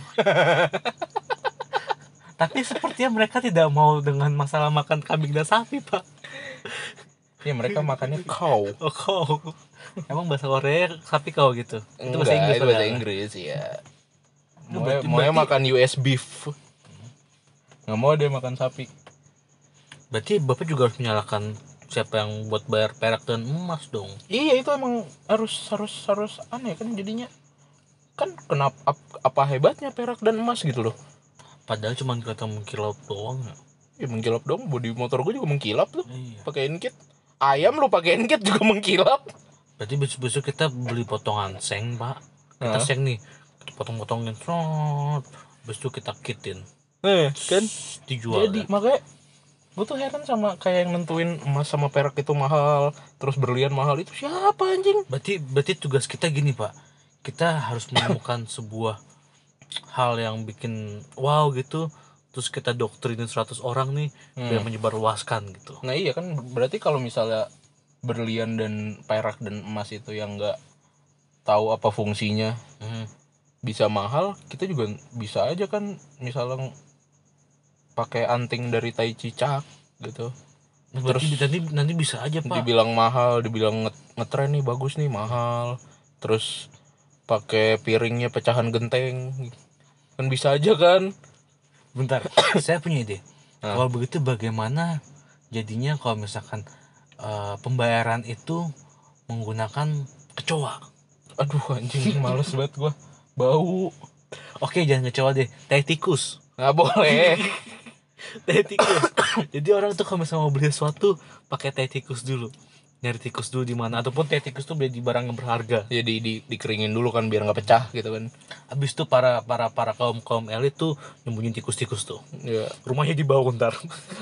Tapi sepertinya mereka tidak mau dengan masalah makan kambing dan sapi, Pak. Ya mereka makannya cow. Oh, kau. Emang bahasa Korea sapi kau gitu. Itu bahasa Enggak, Inggris. itu bahasa padahal. Inggris ya. Itu Mau berarti- mau berarti- makan U S beef. Nggak mau dia makan sapi. Berarti Bapak juga harus menyalahkan siapa yang buat bayar perak dan emas dong. Iya itu emang harus harus harus aneh kan jadinya. Kan kenapa ap- apa hebatnya perak dan emas gitu loh. Padahal cuma kelihatan mengkilap doang ya. Ya mengkilap dong, bodi motor gue juga mengkilap tuh. Iya. Pakein kit. Ayam lu pakein kit juga mengkilap. Berarti besok-besok kita beli potongan seng, Pak. Kita Hah? seng nih. Kita potong-potongin. Trot. Besok kita kitin. Eh, kan Dijual. jadi dah. makanya gue tuh heran sama kayak yang nentuin emas sama perak itu mahal, terus berlian mahal, itu siapa anjing? Berarti berarti tugas kita gini, Pak. Kita harus menemukan sebuah hal yang bikin wow gitu. Terus kita doktrinin seratus orang nih biar menyebarluaskan gitu. Nah iya kan berarti kalau misalnya berlian dan perak dan emas itu yang nggak tahu apa fungsinya Hmm. bisa mahal, kita juga bisa aja kan misalnya pakai anting dari tai cicak gitu. Berarti nanti nanti bisa aja, Pak. Dibilang mahal, dibilang nge- ngetren nih bagus nih mahal, terus pakai piringnya pecahan genteng, kan bisa aja kan? Bentar, saya punya ide. Nah. Kalau begitu bagaimana jadinya kalau misalkan eh, pembayaran itu menggunakan kecoa? Aduh anjing males banget gua, bau. Oke, jangan kecoa deh, tai tikus. Nggak boleh. Tai tikus. Jadi orang tuh kalau misalnya mau beli sesuatu pakai tai tikus dulu. Nyari tikus dulu di mana, ataupun tai tikus tuh beli di barang yang berharga. Ya di, di dikeringin dulu kan biar nggak pecah gitu kan. Habis itu para para para kaum kaum elit tuh nyembunyiin tikus-tikus tuh. Ya. Rumahnya dibawa ntar.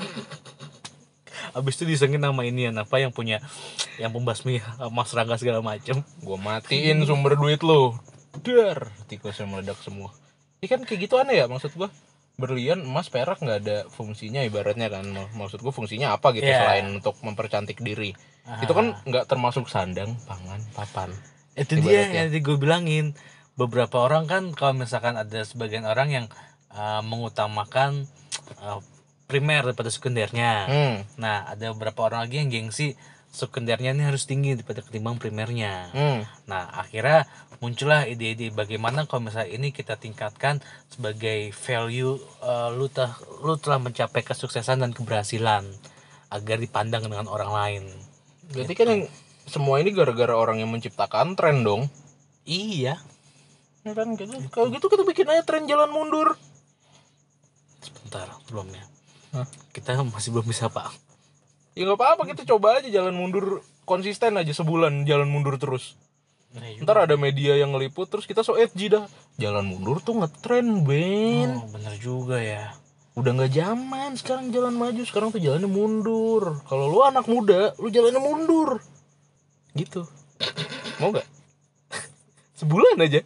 Habis itu disengin nama ini apa yang punya yang pembasmi Mas Rangga segala macam. Gua matiin sumber duit lu. Dar, tikusnya meledak semua. Ini kan kayak gitu aneh ya maksud gua. Berlian, emas, perak nggak ada fungsinya ibaratnya kan. Maksud gua fungsinya apa gitu Yeah. selain untuk mempercantik diri. Aha. Itu kan nggak termasuk sandang, pangan, papan. Itu dia yang tadi gue bilangin. Beberapa orang kan kalau misalkan ada sebagian orang yang uh, mengutamakan uh, primer daripada sekundernya. Hmm. Nah, ada beberapa orang lagi yang gengsi sekundernya ini harus tinggi daripada ketimbang primernya. Hmm. Nah, akhirnya muncullah ide-ide bagaimana kalau misalnya ini kita tingkatkan sebagai value uh, lu, telah, lu telah mencapai kesuksesan dan keberhasilan agar dipandang dengan orang lain. Berarti kan yang semua ini gara-gara orang yang menciptakan tren dong. Iya. Ya kan gitu. Kalau gitu kita bikin aja tren jalan mundur. Sebentar, belumnya. Hah? Kita masih belum bisa, Pak. Ya nggak apa-apa, kita coba aja jalan mundur konsisten aja sebulan jalan mundur terus. Nah, Ntar ada media yang ngeliput terus kita so edgy dah. Jalan mundur tuh ngetren, Ben. Oh, bener juga ya. Udah nggak zaman sekarang jalan maju, sekarang tuh jalannya mundur. Kalau lu anak muda, lu jalannya mundur. Gitu. Mau nggak? Sebulan aja.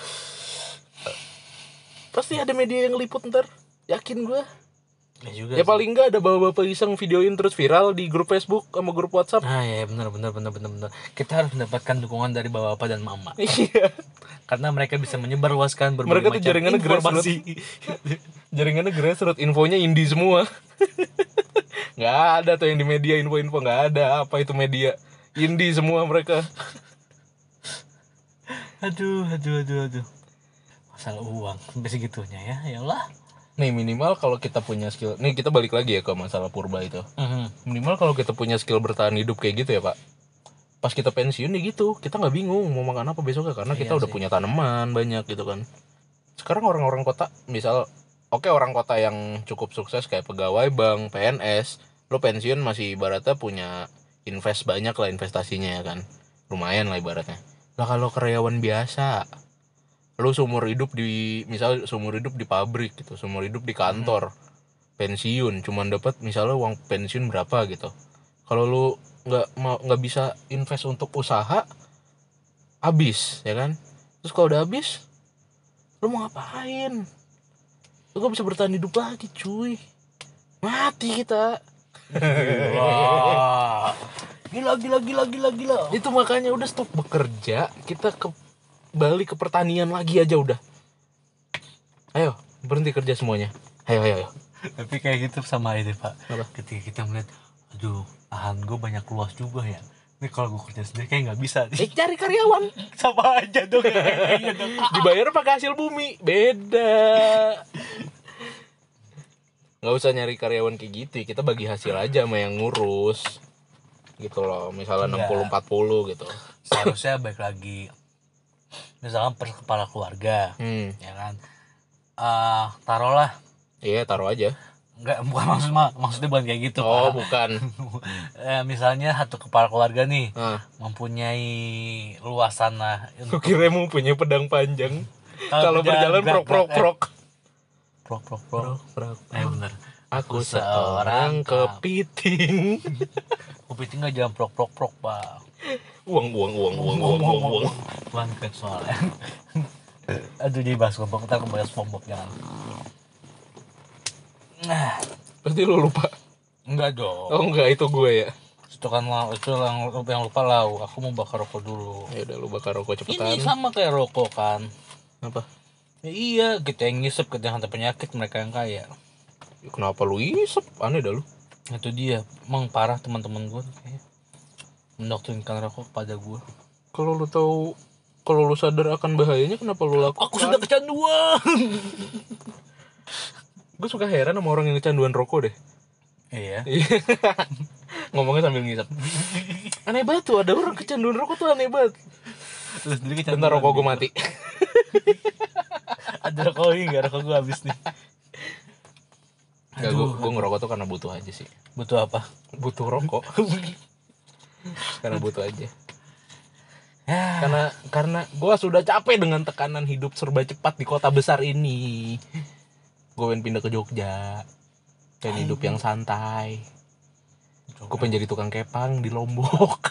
Pasti ada media yang ngeliput ntar. Yakin gua. Ya juga. Ya paling nggak ada bapak-bapak iseng videoin terus viral di grup Facebook sama grup WhatsApp. Nah, ya benar benar benar benar benar. Kita harus mendapatkan dukungan dari bapak-bapak dan mama. Iya. Karena mereka bisa menyebarluaskan berbagai Mereka tuh macam jaringannya informasi. Jaringannya grassroots, infonya indie semua. Nggak ada tuh yang di media info-info, nggak ada. Apa itu media? Indie semua mereka. Aduh, aduh, aduh, aduh. Masalah uang sampai segitunya ya, ya Allah. Nih minimal kalau kita punya skill, nih kita balik lagi ya ke masalah purba itu. Mm-hmm. Minimal kalau kita punya skill bertahan hidup kayak gitu ya Pak. Pas kita pensiun nih gitu, kita nggak bingung mau makan apa besoknya karena kita Iya udah sih. punya tanaman banyak gitu kan. Sekarang orang-orang kota, misal, oke orang kota yang cukup sukses kayak pegawai bank, P N S, lo pensiun masih ibaratnya punya invest banyak lah investasinya ya kan, lumayan lah ibaratnya. Lah kalau karyawan biasa, lo seumur hidup di, misal seumur hidup di pabrik gitu, seumur hidup di kantor, pensiun cuman dapat misalnya uang pensiun berapa gitu. Kalau lo nggak mau nggak bisa invest untuk usaha, habis ya kan. Terus kalau udah habis, lo mau ngapain? Lo gak bisa bertahan hidup lagi cuy, mati kita. Wah. Gila, gila, gila, gila, gila. Itu makanya udah stop bekerja, kita ke balik ke pertanian lagi aja udah. Ayo berhenti kerja semuanya. Ayo ayo ayo. Tapi kayak gitu sama ini Pak. Apa? Ketika kita melihat, aduh, lahan gue banyak luas juga ya. Ini kalau gue kerja sendiri kayak nggak bisa. Eh cari karyawan. Sama aja dong. Iya dong. Dibayar pakai hasil bumi, beda. Nggak usah nyari karyawan kayak gitu, kita bagi hasil aja sama yang ngurus. Gitu loh, misalnya enam puluh empat puluh gitu. Seharusnya baik lagi. Misalkan per kepala keluarga, Hmm. ya kan. Uh, taruhlah. Iya, taruh aja. Enggak, bukan maksud maksudnya bukan kayak gitu, Oh, Pak. bukan. eh, misalnya satu kepala keluarga nih Nah, mempunyai luasan lah. aku kira mau punya pedang panjang. Kalau berjalan prok prok prok. Prok prok prok. Prok. Eh bener. Aku seorang kepiting. Kepiting nggak jalan prok prok prok, Pak. Uang uang uang uang uang uang uang. Bangket soalnya. Aduh, jadi bahas SpongeBob, kita bahas SpongeBob jangan. Nah, Pasti lu lupa. enggak dong. Oh enggak, itu gue ya. Itu kan lah, itu yang, yang lupa lah. Aku mau bakar rokok dulu. Ya udah lu bakar rokok cepetan. Ini sama kayak rokok kan. Apa? Ya, iya, kita yang ngisep, kita yang hantar penyakit, mereka yang kaya. Ya, kenapa lu isep? Aneh dah lu. Itu dia, emang parah teman-teman gue kayaknya. Mendoktrinkan rokok pada gue. Kalau lu tahu, kalau lu sadar akan bahayanya, kenapa lu lakukan? Aku sudah kecanduan. Gue suka heran sama orang yang kecanduan rokok deh. Iya. Ngomongnya sambil ngisap. Aneh banget tuh, ada orang kecanduan rokok tuh aneh banget. Terus sendiri kecanduan. Bentar rokok gue mati. Ada rokok ini nggak? Rokok gue habis nih. Enggak, gue gue ngerokok tuh karena butuh aja sih. Butuh apa? Butuh rokok. Karena butuh aja. Ya. Karena karena gue sudah capek dengan tekanan hidup serba cepat di kota besar ini. Gue pengen pindah ke Jogja. Pengen hidup yang santai. Gue pengen jadi tukang kepang di Lombok.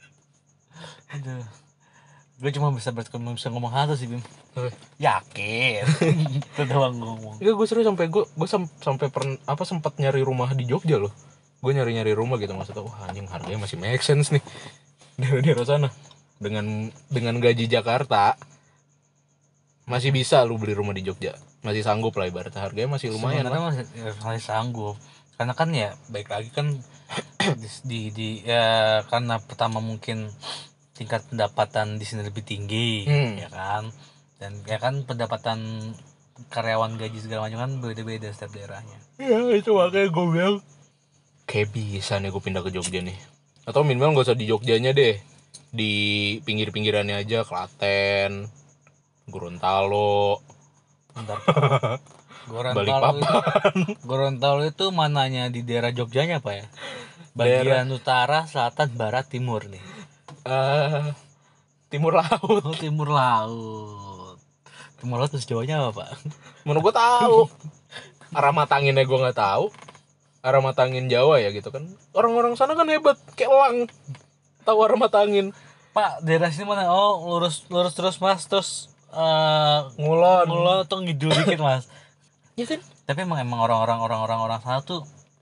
Aduh. Gue cuma bisa cuma bisa ngomong satu sih, Bim. Oke. Yakin. Itu doang ngomong. Enggak, gue serius sampai gue gue sam, sampai pern, apa sempat nyari rumah di Jogja loh. Gue nyari-nyari rumah gitu, maksudnya wah anjing harganya masih make sense nih. Dari daerah sana. Dengan dengan gaji Jakarta masih bisa lu beli rumah di Jogja. Masih sanggup lah ibaratnya, harganya masih lumayan. Sebenarnya lah. masih, ya, masih sanggup. Karena kan ya baik lagi kan di, di, di ya karena pertama mungkin tingkat pendapatan di sini lebih tinggi, Hmm. ya kan. Dan ya kan pendapatan karyawan gaji segala macam kan beda-beda setiap daerahnya. Ya itu makanya gue bilang kayak bisa nih gue pindah ke Jogja nih. Atau minimal gak usah di Jogjanya deh, di pinggir-pinggirannya aja, Klaten, Gorontalo. Bentar. Gorontalo Balikpapan. itu, Gorontalo itu mananya di daerah Jogjanya apa ya? Bagian utara, selatan, barat, timur nih. Uh, Timur Laut. Oh, timur laut. Timur laut terus Jawanya apa, Pak? Mana gue tahu. Arah matanginnya gue nggak tahu. Arah matangin Jawa ya gitu kan. Orang-orang sana kan hebat, kayak elang. Tahu arah matangin. Pak, daerah sini mana? Oh, lurus lurus terus Mas, terus uh, Ngulon. ngulon tuh ngidul dikit Mas. Ya kan? Tapi emang emang orang-orang orang-orang orang sana tuh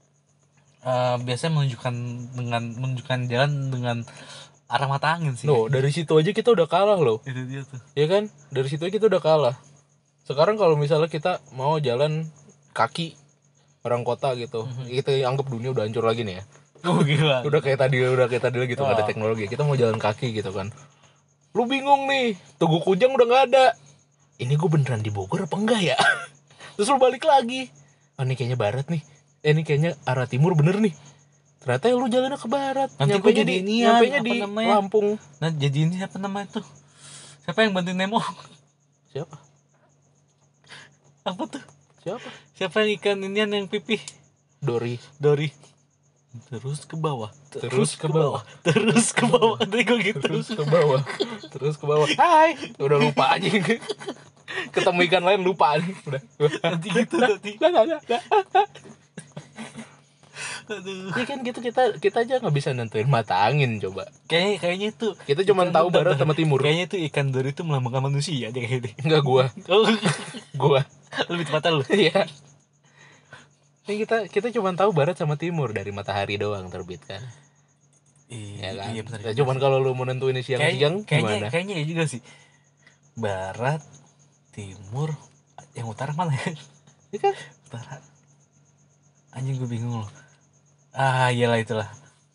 uh, biasanya menunjukkan dengan menunjukkan jalan dengan arah mata angin sih. Loh, dari situ aja kita udah kalah loh. Itu dia tuh. Ya kan? Dari situ aja kita udah kalah. Sekarang kalau misalnya kita mau jalan kaki orang kota gitu, mm-hmm. kita anggap dunia udah hancur lagi nih ya. Oh gila. Udah kayak tadi, udah kayak tadi gitu, nggak Oh. ada teknologi. Kita mau jalan kaki gitu kan. Lu bingung nih, Tugu Kujang udah nggak ada. Ini gue beneran di Bogor apa enggak ya? Terus lu balik lagi. Oh, ini kayaknya barat nih. Eh, ini kayaknya arah timur bener nih. Ternyata lu jalannya ke barat. Nanti Nyampe jadi di, inian, nyampenya apa di namanya? Lampung. Nah, jadi ini apa namanya tuh? Siapa yang bantuin Nemo? Siapa? Apa tuh? Siapa? Siapa yang ikan inian yang pipih? Dori. Dori. Terus ke bawah, Terus ke bawah. terus ke bawah. Tadi gue gitu. Terus ke bawah. Terus ke bawah. Hai. Udah lupa aja. Ketemu ikan lain lupa nih. Udah. Nanti gitu nanti. Lah, lah, lah, lah. Aduh. Ya kan gitu kita kita aja nggak bisa nentuin mata angin coba. Kayaknya kayaknya itu Kita cuma ikan- tahu barat bentar, sama timur. Kayaknya itu ikan dori itu melambangkan manusia deh kayaknya. Enggak gua. Oh, Gua. lebih tepatnya lu. Iya. Ini kita kita cuma tahu barat sama timur dari matahari doang terbit kan. Ya kan? Iya benar. Nah, cuman kalau lu mau nentuin siang-siang kayaknya gimana? kayaknya ya juga sih. Barat, timur, yang utara mana ya? Ya kan? Barat. Anjing gue bingung loh. Ah, iyalah itulah.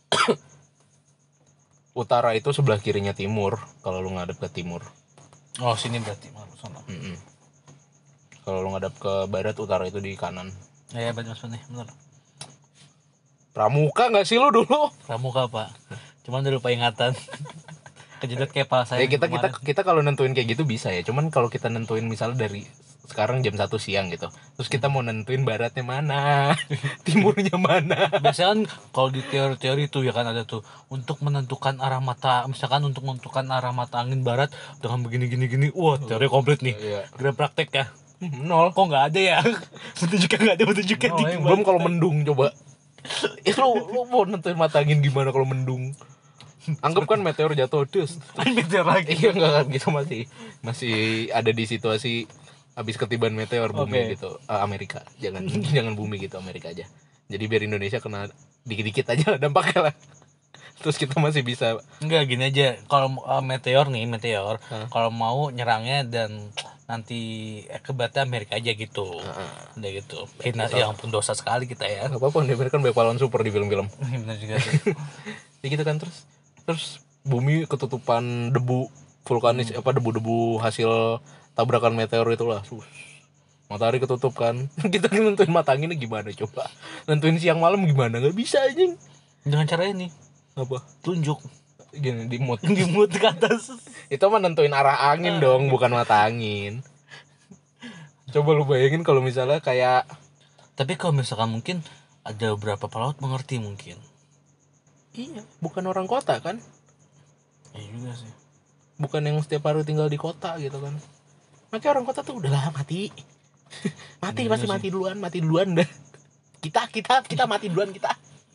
Utara itu sebelah kirinya timur kalau lu ngadep ke timur. Oh, sini berarti malu sana. Mm-mm. Kalau lu ngadep ke barat, utara itu di kanan. Ya, berarti Mas nih, benar. Pramuka nggak sih lu dulu? Pramuka, Pak. Cuman udah lupa ingatan. Kejedot kayak pala saya. Ya kita kita kemarin. kita kalau nentuin kayak gitu bisa ya. Cuman kalau kita nentuin misalnya dari sekarang jam satu siang gitu. Terus kita mau nentuin baratnya mana, timurnya mana. Biasanya kan kalau di teori-teori itu ya kan ada tuh untuk menentukan arah mata, misalkan untuk menentukan arah mata angin barat dengan begini gini gini. Wah, teori komplit nih. Iya. Gerak praktek ya. Nol. Kok nggak ada ya? Petunjuknya nggak ada petunjuknya. Nol, ya. Belum kalau mendung coba. Ya lu, lu mau nentuin mata angin gimana kalau mendung? Anggap kan meteor jatuh terus. meteor lagi. Iya enggak kan gitu masih masih ada di situasi habis ketiban meteor bumi Oke. gitu. Uh, Amerika. Jangan jangan bumi gitu, Amerika aja. Jadi biar Indonesia kena dikit-dikit aja dampaknya lah. Terus kita masih bisa. Enggak, gini aja. Kalau uh, meteor nih, meteor Hah? kalau mau nyerangnya dan nanti akibatnya Amerika aja gitu. Heeh. Udah gitu. Hina, ya ampun dosa sekali kita ya. Enggak apa-apa, di Amerika kan banyak pahlawan super di film-film. Benar juga sih. Ya gitu kan terus terus bumi ketutupan debu vulkanis apa debu-debu hasil tabrakan meteor itulah. Sus. Matahari ketutup kan. Kita nentuin mata anginnya gimana coba? Nentuin siang malam gimana? Enggak bisa anjing. Dengan cara ini, Apa? tunjuk Gini di mood. di mood ke atas. Itu mah nentuin arah angin dong, bukan mata angin. Coba lu bayangin kalau misalnya kayak Tapi kalau misalkan mungkin ada beberapa pelaut mengerti mungkin. Iya, bukan orang kota kan? Iya juga sih. Bukan yang setiap hari tinggal di kota gitu kan. Makanya orang kota tuh udahlah mati. mati Iya pasti sih. mati duluan, mati duluan dah. Kita kita kita mati duluan kita.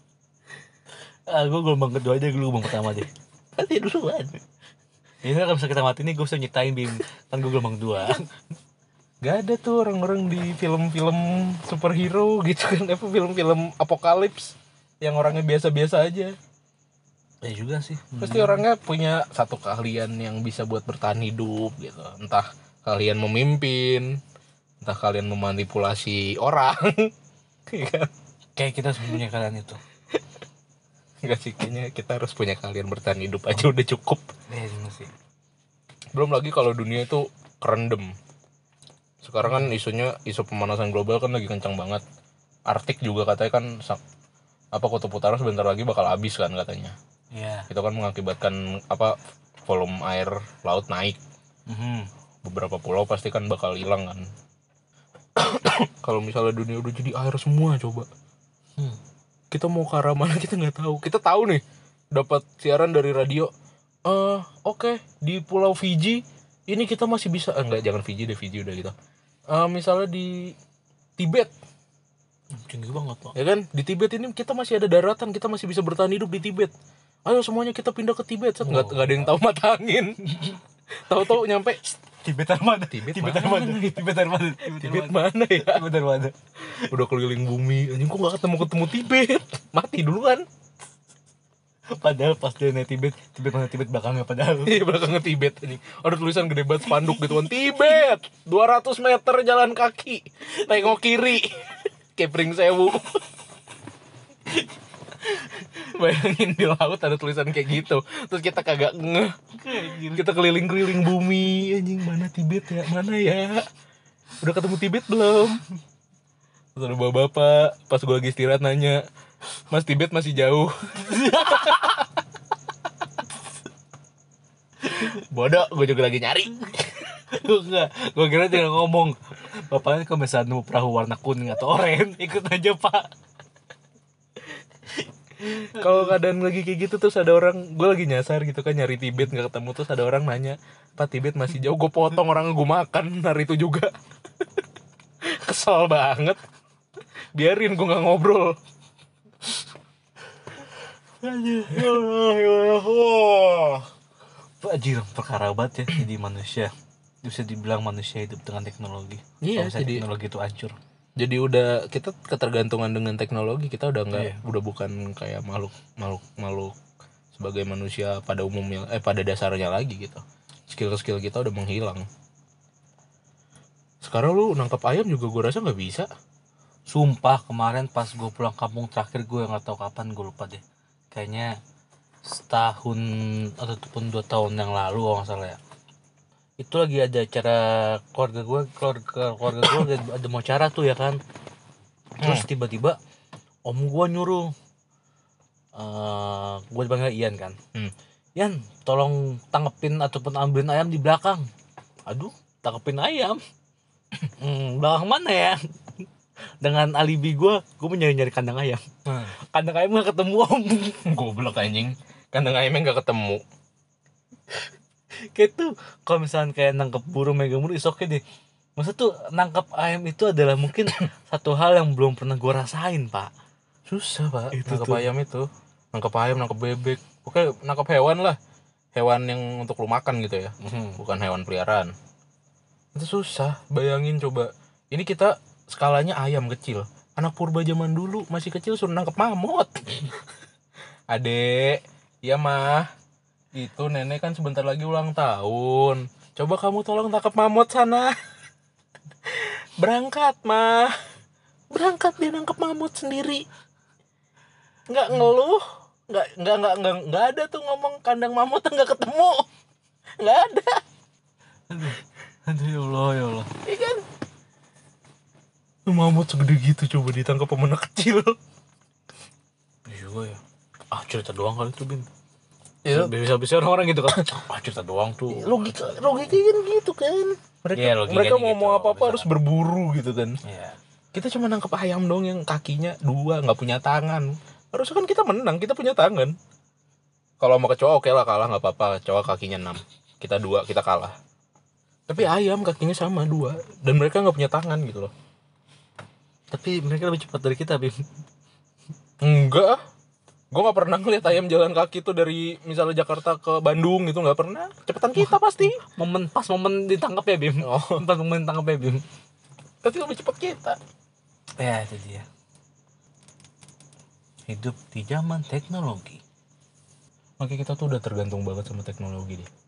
Ah, gue gelombang kedua aja, gue gelombang pertama deh. Mati duluan. Ini kalau misalnya kita mati nih, gue bisa nyitain Bim. Kan gue gelombang dua. Gak ada tuh orang-orang di film-film superhero gitu kan, apa film-film apokalips yang orangnya biasa-biasa aja. Ya juga sih. Pasti orangnya punya satu keahlian yang bisa buat bertahan hidup gitu. Entah kalian memimpin, entah kalian memanipulasi orang. Kayak kita harus punya kalian itu. Enggak sih, kayaknya kita harus punya kalian bertahan hidup aja udah cukup. Iya juga sih. Belum lagi kalau dunia itu kerendam. Sekarang kan isunya, isu pemanasan global kan lagi kencang banget. Arktik juga katanya kan apa kutub utara sebentar lagi bakal habis kan katanya. Iya. Itu kan mengakibatkan apa volume air laut naik. Mm-hmm. Beberapa pulau pasti kan bakal hilang kan. Kalau misalnya dunia udah jadi air semua coba. Hmm. Kita mau ke arah mana kita nggak tahu. Kita tahu nih dapat siaran dari radio. Eh uh, oke okay, di Pulau Fiji ini kita masih bisa eh, enggak jangan Fiji deh, Fiji udah gitu. Uh, misalnya di Tibet. Tinggi banget Pak. Ya kan di Tibet ini kita masih ada daratan, kita masih bisa bertahan hidup di Tibet. Ayo semuanya kita pindah ke Tibet. Set, nggak, nggak ada yang tahu mata angin. Tahu-tahu nyampe Tibet mana? Tibet, Tibet mana? mana? Tibet mana? Tibet mana ya? Tibet mana? Udah keliling bumi, anjing kok nggak ketemu-ketemu Tibet. Mati duluan. Padahal pas dia naik Tibet, Tibet mana Tibet belakangnya padahal. Iya belakangnya Tibet anjing. Ada tulisan gede banget spanduk gitu kan. Tibet dua ratus meter jalan kaki. Tengok kiri. Kepring sewu. Bayangin di laut ada tulisan kayak gitu. Terus kita kagak ngeh. Kita keliling-keliling bumi. Anjing mana Tibet ya? Mana ya? Udah ketemu Tibet belum? Terus ada bapak-bapak pas gue lagi istirahat nanya, Mas Tibet masih jauh. Bodoh, gue juga lagi nyari. Gue enggak, gue kira tinggal ngomong, bapaknya kalau misalnya nemu perahu warna kuning atau oranye, ikut aja pak. Kalau keadaan lagi kayak gitu terus ada orang, gue lagi nyasar gitu kan nyari Tibet nggak ketemu, terus ada orang nanya, Pak Tibet masih jauh, gue potong orangnya, gue makan hari itu juga. Kesel banget. Biarin gue nggak ngobrol. Anjir, perkara banget ya jadi manusia. Bisa dibilang manusia hidup dengan teknologi. Iya, jadi jadi teknologi itu hancur. Jadi udah kita ketergantungan dengan teknologi, kita udah nggak, iya. udah bukan kayak makhluk makhluk makhluk sebagai manusia pada umumnya, eh pada dasarnya lagi gitu. Skill-skill kita udah menghilang. Sekarang lu nangkap ayam juga gue rasa nggak bisa. Sumpah kemarin pas gue pulang kampung terakhir, gue nggak tahu kapan, gue lupa deh. Kayaknya setahun ataupun dua tahun yang lalu kalau nggak salah ya. Itu lagi ada acara keluarga gue, keluarga keluarga gue ada, ada mau acara tuh ya kan. Terus hmm. tiba-tiba om gue nyuruh, uh, gue dipanggil Ian kan. Hmm. Ian, tolong tangkepin ataupun ambilin ayam di belakang. Aduh, tangkepin ayam. hmm, belakang mana ya? Dengan alibi gue, gue mau nyari-nyari kandang ayam. Hmm. Kandang ayam gak ketemu om. Goblok anjing. Kandang ayamnya gak ketemu. Kayak tuh kalau misalnya kayak nangkep burung, megang burung, is oke deh. Maksud tuh nangkep ayam itu adalah mungkin satu hal yang belum pernah gue rasain pak. Susah pak itu nangkep tuh. ayam itu. Nangkep ayam, nangkep bebek, oke nangkep hewan lah, hewan yang untuk lu makan gitu ya. Mm-hmm. Bukan hewan peliharaan. Itu susah. Bayangin coba, ini kita skalanya ayam kecil. Anak purba zaman dulu masih kecil suruh nangkep mamut. Adek, iya mah, itu nenek kan sebentar lagi ulang tahun. Coba kamu tolong tangkap mamut sana. Berangkat mah, berangkat dia nangkep mamut sendiri. Nggak ngeluh, nggak nggak nggak nggak nggak ada tuh ngomong kandang mamut nggak ketemu, nggak ada. Aduh, aduh ya Allah ya Allah. Iya kan? Mamut segede gitu coba ditangkap sama anak kecil. Iya juga ya. Ah cerita doang kali itu Bin. Ya, bisa-bisa orang-orang gitu kan. Ah cerita doang tuh. Logika logika kan gitu kan. Mereka, ya, mereka mau gitu, mau apa-apa harus berburu gitu kan. Iya. Kita cuma nangkep ayam dong yang kakinya dua, nggak punya tangan. Harusnya kan kita menang, kita punya tangan. Kalau mau kecoa oke lah, kalah nggak apa-apa. Kecoa kakinya enam, kita dua, kita kalah. Tapi ayam kakinya sama dua, dan mereka nggak punya tangan gitu loh. Tapi mereka lebih cepat dari kita, Bim. Enggak, gue nggak pernah ngeliat ayam jalan kaki tuh dari misalnya Jakarta ke Bandung gitu, nggak pernah. Cepetan kita pasti. Momen pas momen ditangkap ya, Bim. Oh. Pas momen ditangkap ya, Bim. Tapi lebih cepat kita. Ya itu dia. Hidup di zaman teknologi. Makanya kita tuh udah tergantung banget sama teknologi deh.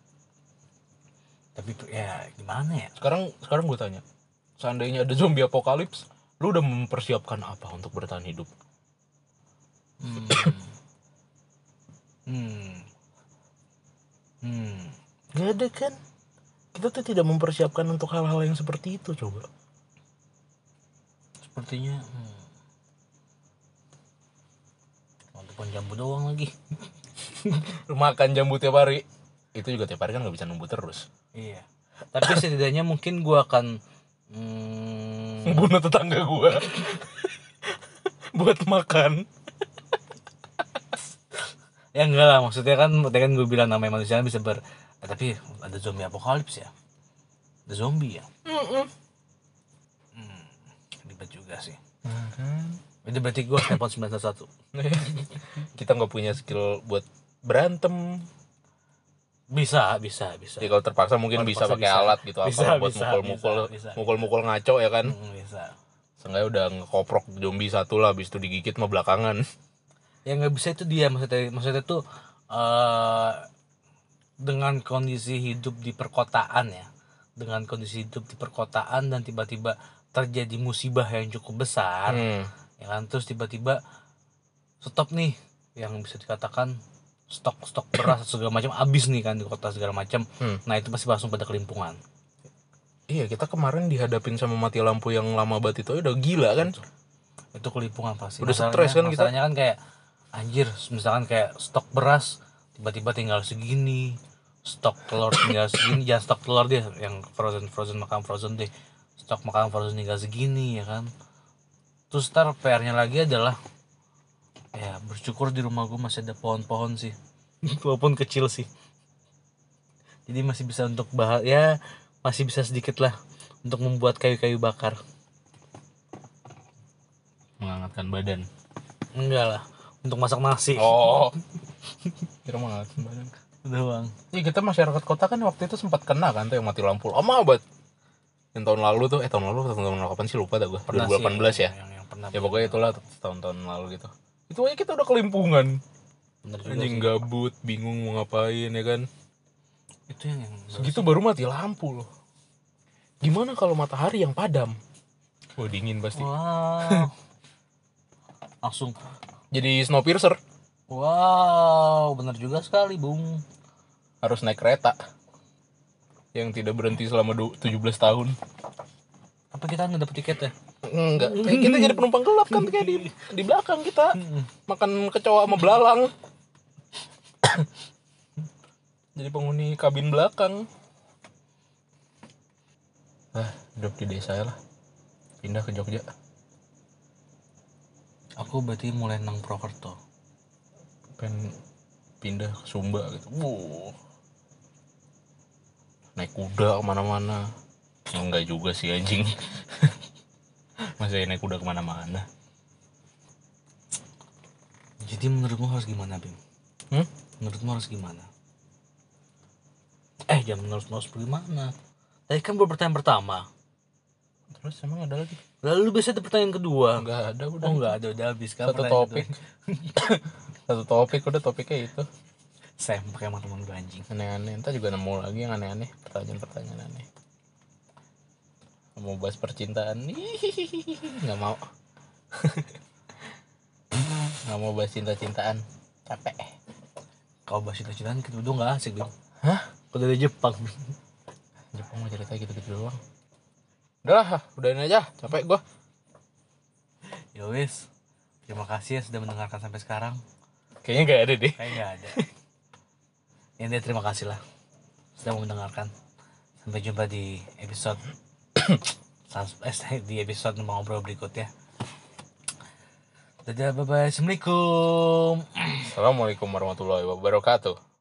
Tapi ya gimana ya? Sekarang sekarang gue tanya, seandainya ada zombie apokalips, lu udah mempersiapkan apa untuk bertahan hidup? Hmm. hmm. Hmm. Gak ada kan? Kita tuh tidak mempersiapkan untuk hal-hal yang seperti itu, coba. Sepertinya hmm. Walaupun jambu doang lagi. Lu makan jambu tiap hari, itu juga tiap hari kan gak bisa numbuh terus. Iya. Tapi setidaknya mungkin gue akan hmm... bunuh tetangga gue buat makan. Ya enggak lah, maksudnya kan tadi kan gue bilang namanya manusia bisa ber eh, tapi ada zombie apokalips ya, ada zombie ya. Mm-mm. Hmm, ribet juga sih. Mm-hmm. Itu berarti gue telepon sembilan satu. Kita nggak punya skill buat berantem. Bisa, bisa, bisa. Jadi kalau terpaksa mungkin Kalau bisa terpaksa pakai bisa. alat gitu, Bisa, apa buat bisa, mukul-mukul, bisa, bisa, mukul-mukul ngaco ya kan. Hmm, bisa. Seenggaknya udah ngekoprok zombie satu lah, habis itu digigit mah belakangan. Yang nggak bisa itu dia, maksudnya maksudnya tuh uh, dengan kondisi hidup di perkotaan ya, dengan kondisi hidup di perkotaan dan tiba-tiba terjadi musibah yang cukup besar, hmm. ya kan, terus tiba-tiba stop nih, yang bisa dikatakan stok stok beras segala macam habis nih kan di kota segala macam, hmm. Nah itu pasti langsung pada kelimpungan. Iya, kita kemarin dihadapin sama mati lampu yang lama banget itu udah gila kan. Itu, itu kelimpungan pasti. Udah stres kan kita. Masalahnya kan kayak anjir, misalkan kayak stok beras tiba-tiba tinggal segini, stok telur tinggal segini, jangan stok telur deh, yang frozen frozen makan frozen deh, stok makan frozen tinggal segini ya kan. Terus ntar P R-nya lagi adalah ya bersyukur di rumah gue masih ada pohon-pohon sih, walaupun kecil sih, jadi masih bisa untuk bah ya masih bisa sedikit lah untuk membuat kayu-kayu bakar, menghangatkan badan. Enggak lah, untuk masak nasi. Oh. Kira menghangatkan badan. Doang. Iya, kita masyarakat kota kan waktu itu sempat kena kan tuh yang mati lampu lama banget. Yang tahun lalu tuh, eh tahun lalu atau tahun kapan sih lupa dah gue. dua ribu delapan belas ya. Yang, yang pernah ya pokoknya itulah tahun-tahun lalu gitu. Itu aja kita udah kelimpungan. Anjing gabut, bingung mau ngapain ya kan. Itu yang, yang segitu baru mati lampu loh. Gimana kalau matahari yang padam? Oh, dingin pasti. Wow. Langsung jadi Snowpiercer. Wow, benar juga sekali, Bung. Harus naik kereta yang tidak berhenti selama tujuh belas tahun. Apa kita nggak dapet tiket ya? Enggak, kita jadi penumpang gelap kan kayak di di belakang kita. Makan kecoa sama belalang. Jadi penghuni kabin belakang. Ah, hidup di desa ya lah. Pindah ke Jogja. Aku berarti mulai nang Purwokerto. Pengen pindah ke Sumba gitu. Wuh. Naik kuda kemana-mana. Enggak juga sih anjing. Masa naik kuda kemana-mana. Jadi menurutmu harus gimana, Bim? Hmm? Menurutmu harus gimana? Eh, jangan menurutmu harus gimana? Tadi kan baru pertanyaan pertama. Terus emang ada lagi? Lalu biasanya ada pertanyaan kedua. Enggak ada, udah. Oh, enggak ada, udah habis kan. Satu topik. Satu topik udah, topiknya itu. Saya pakai sama teman gue anjing. Aneh-aneh, entar juga nemu lagi yang aneh-aneh, pertanyaan-pertanyaan aneh. Mau bahas percintaan, nggak mau. Nggak mau bahas cinta-cintaan, capek. Kau bahas cinta-cintaan kita berdua nggak asik, Bim. Hah? Kau dari Jepang. Jepang mau cerita gitu-gitu doang. Udah lah, udahin aja, capek gua. Ya wis, terima kasih ya sudah mendengarkan sampai sekarang. Kayaknya nggak ada deh. Kayaknya nggak ada. Ini terima kasih lah sudah mendengarkan. Sampai jumpa di episode eh, di episode Numpang Ngobrol berikutnya. Dadah, bye bye, assalamualaikum. Assalamualaikum warahmatullahi wabarakatuh.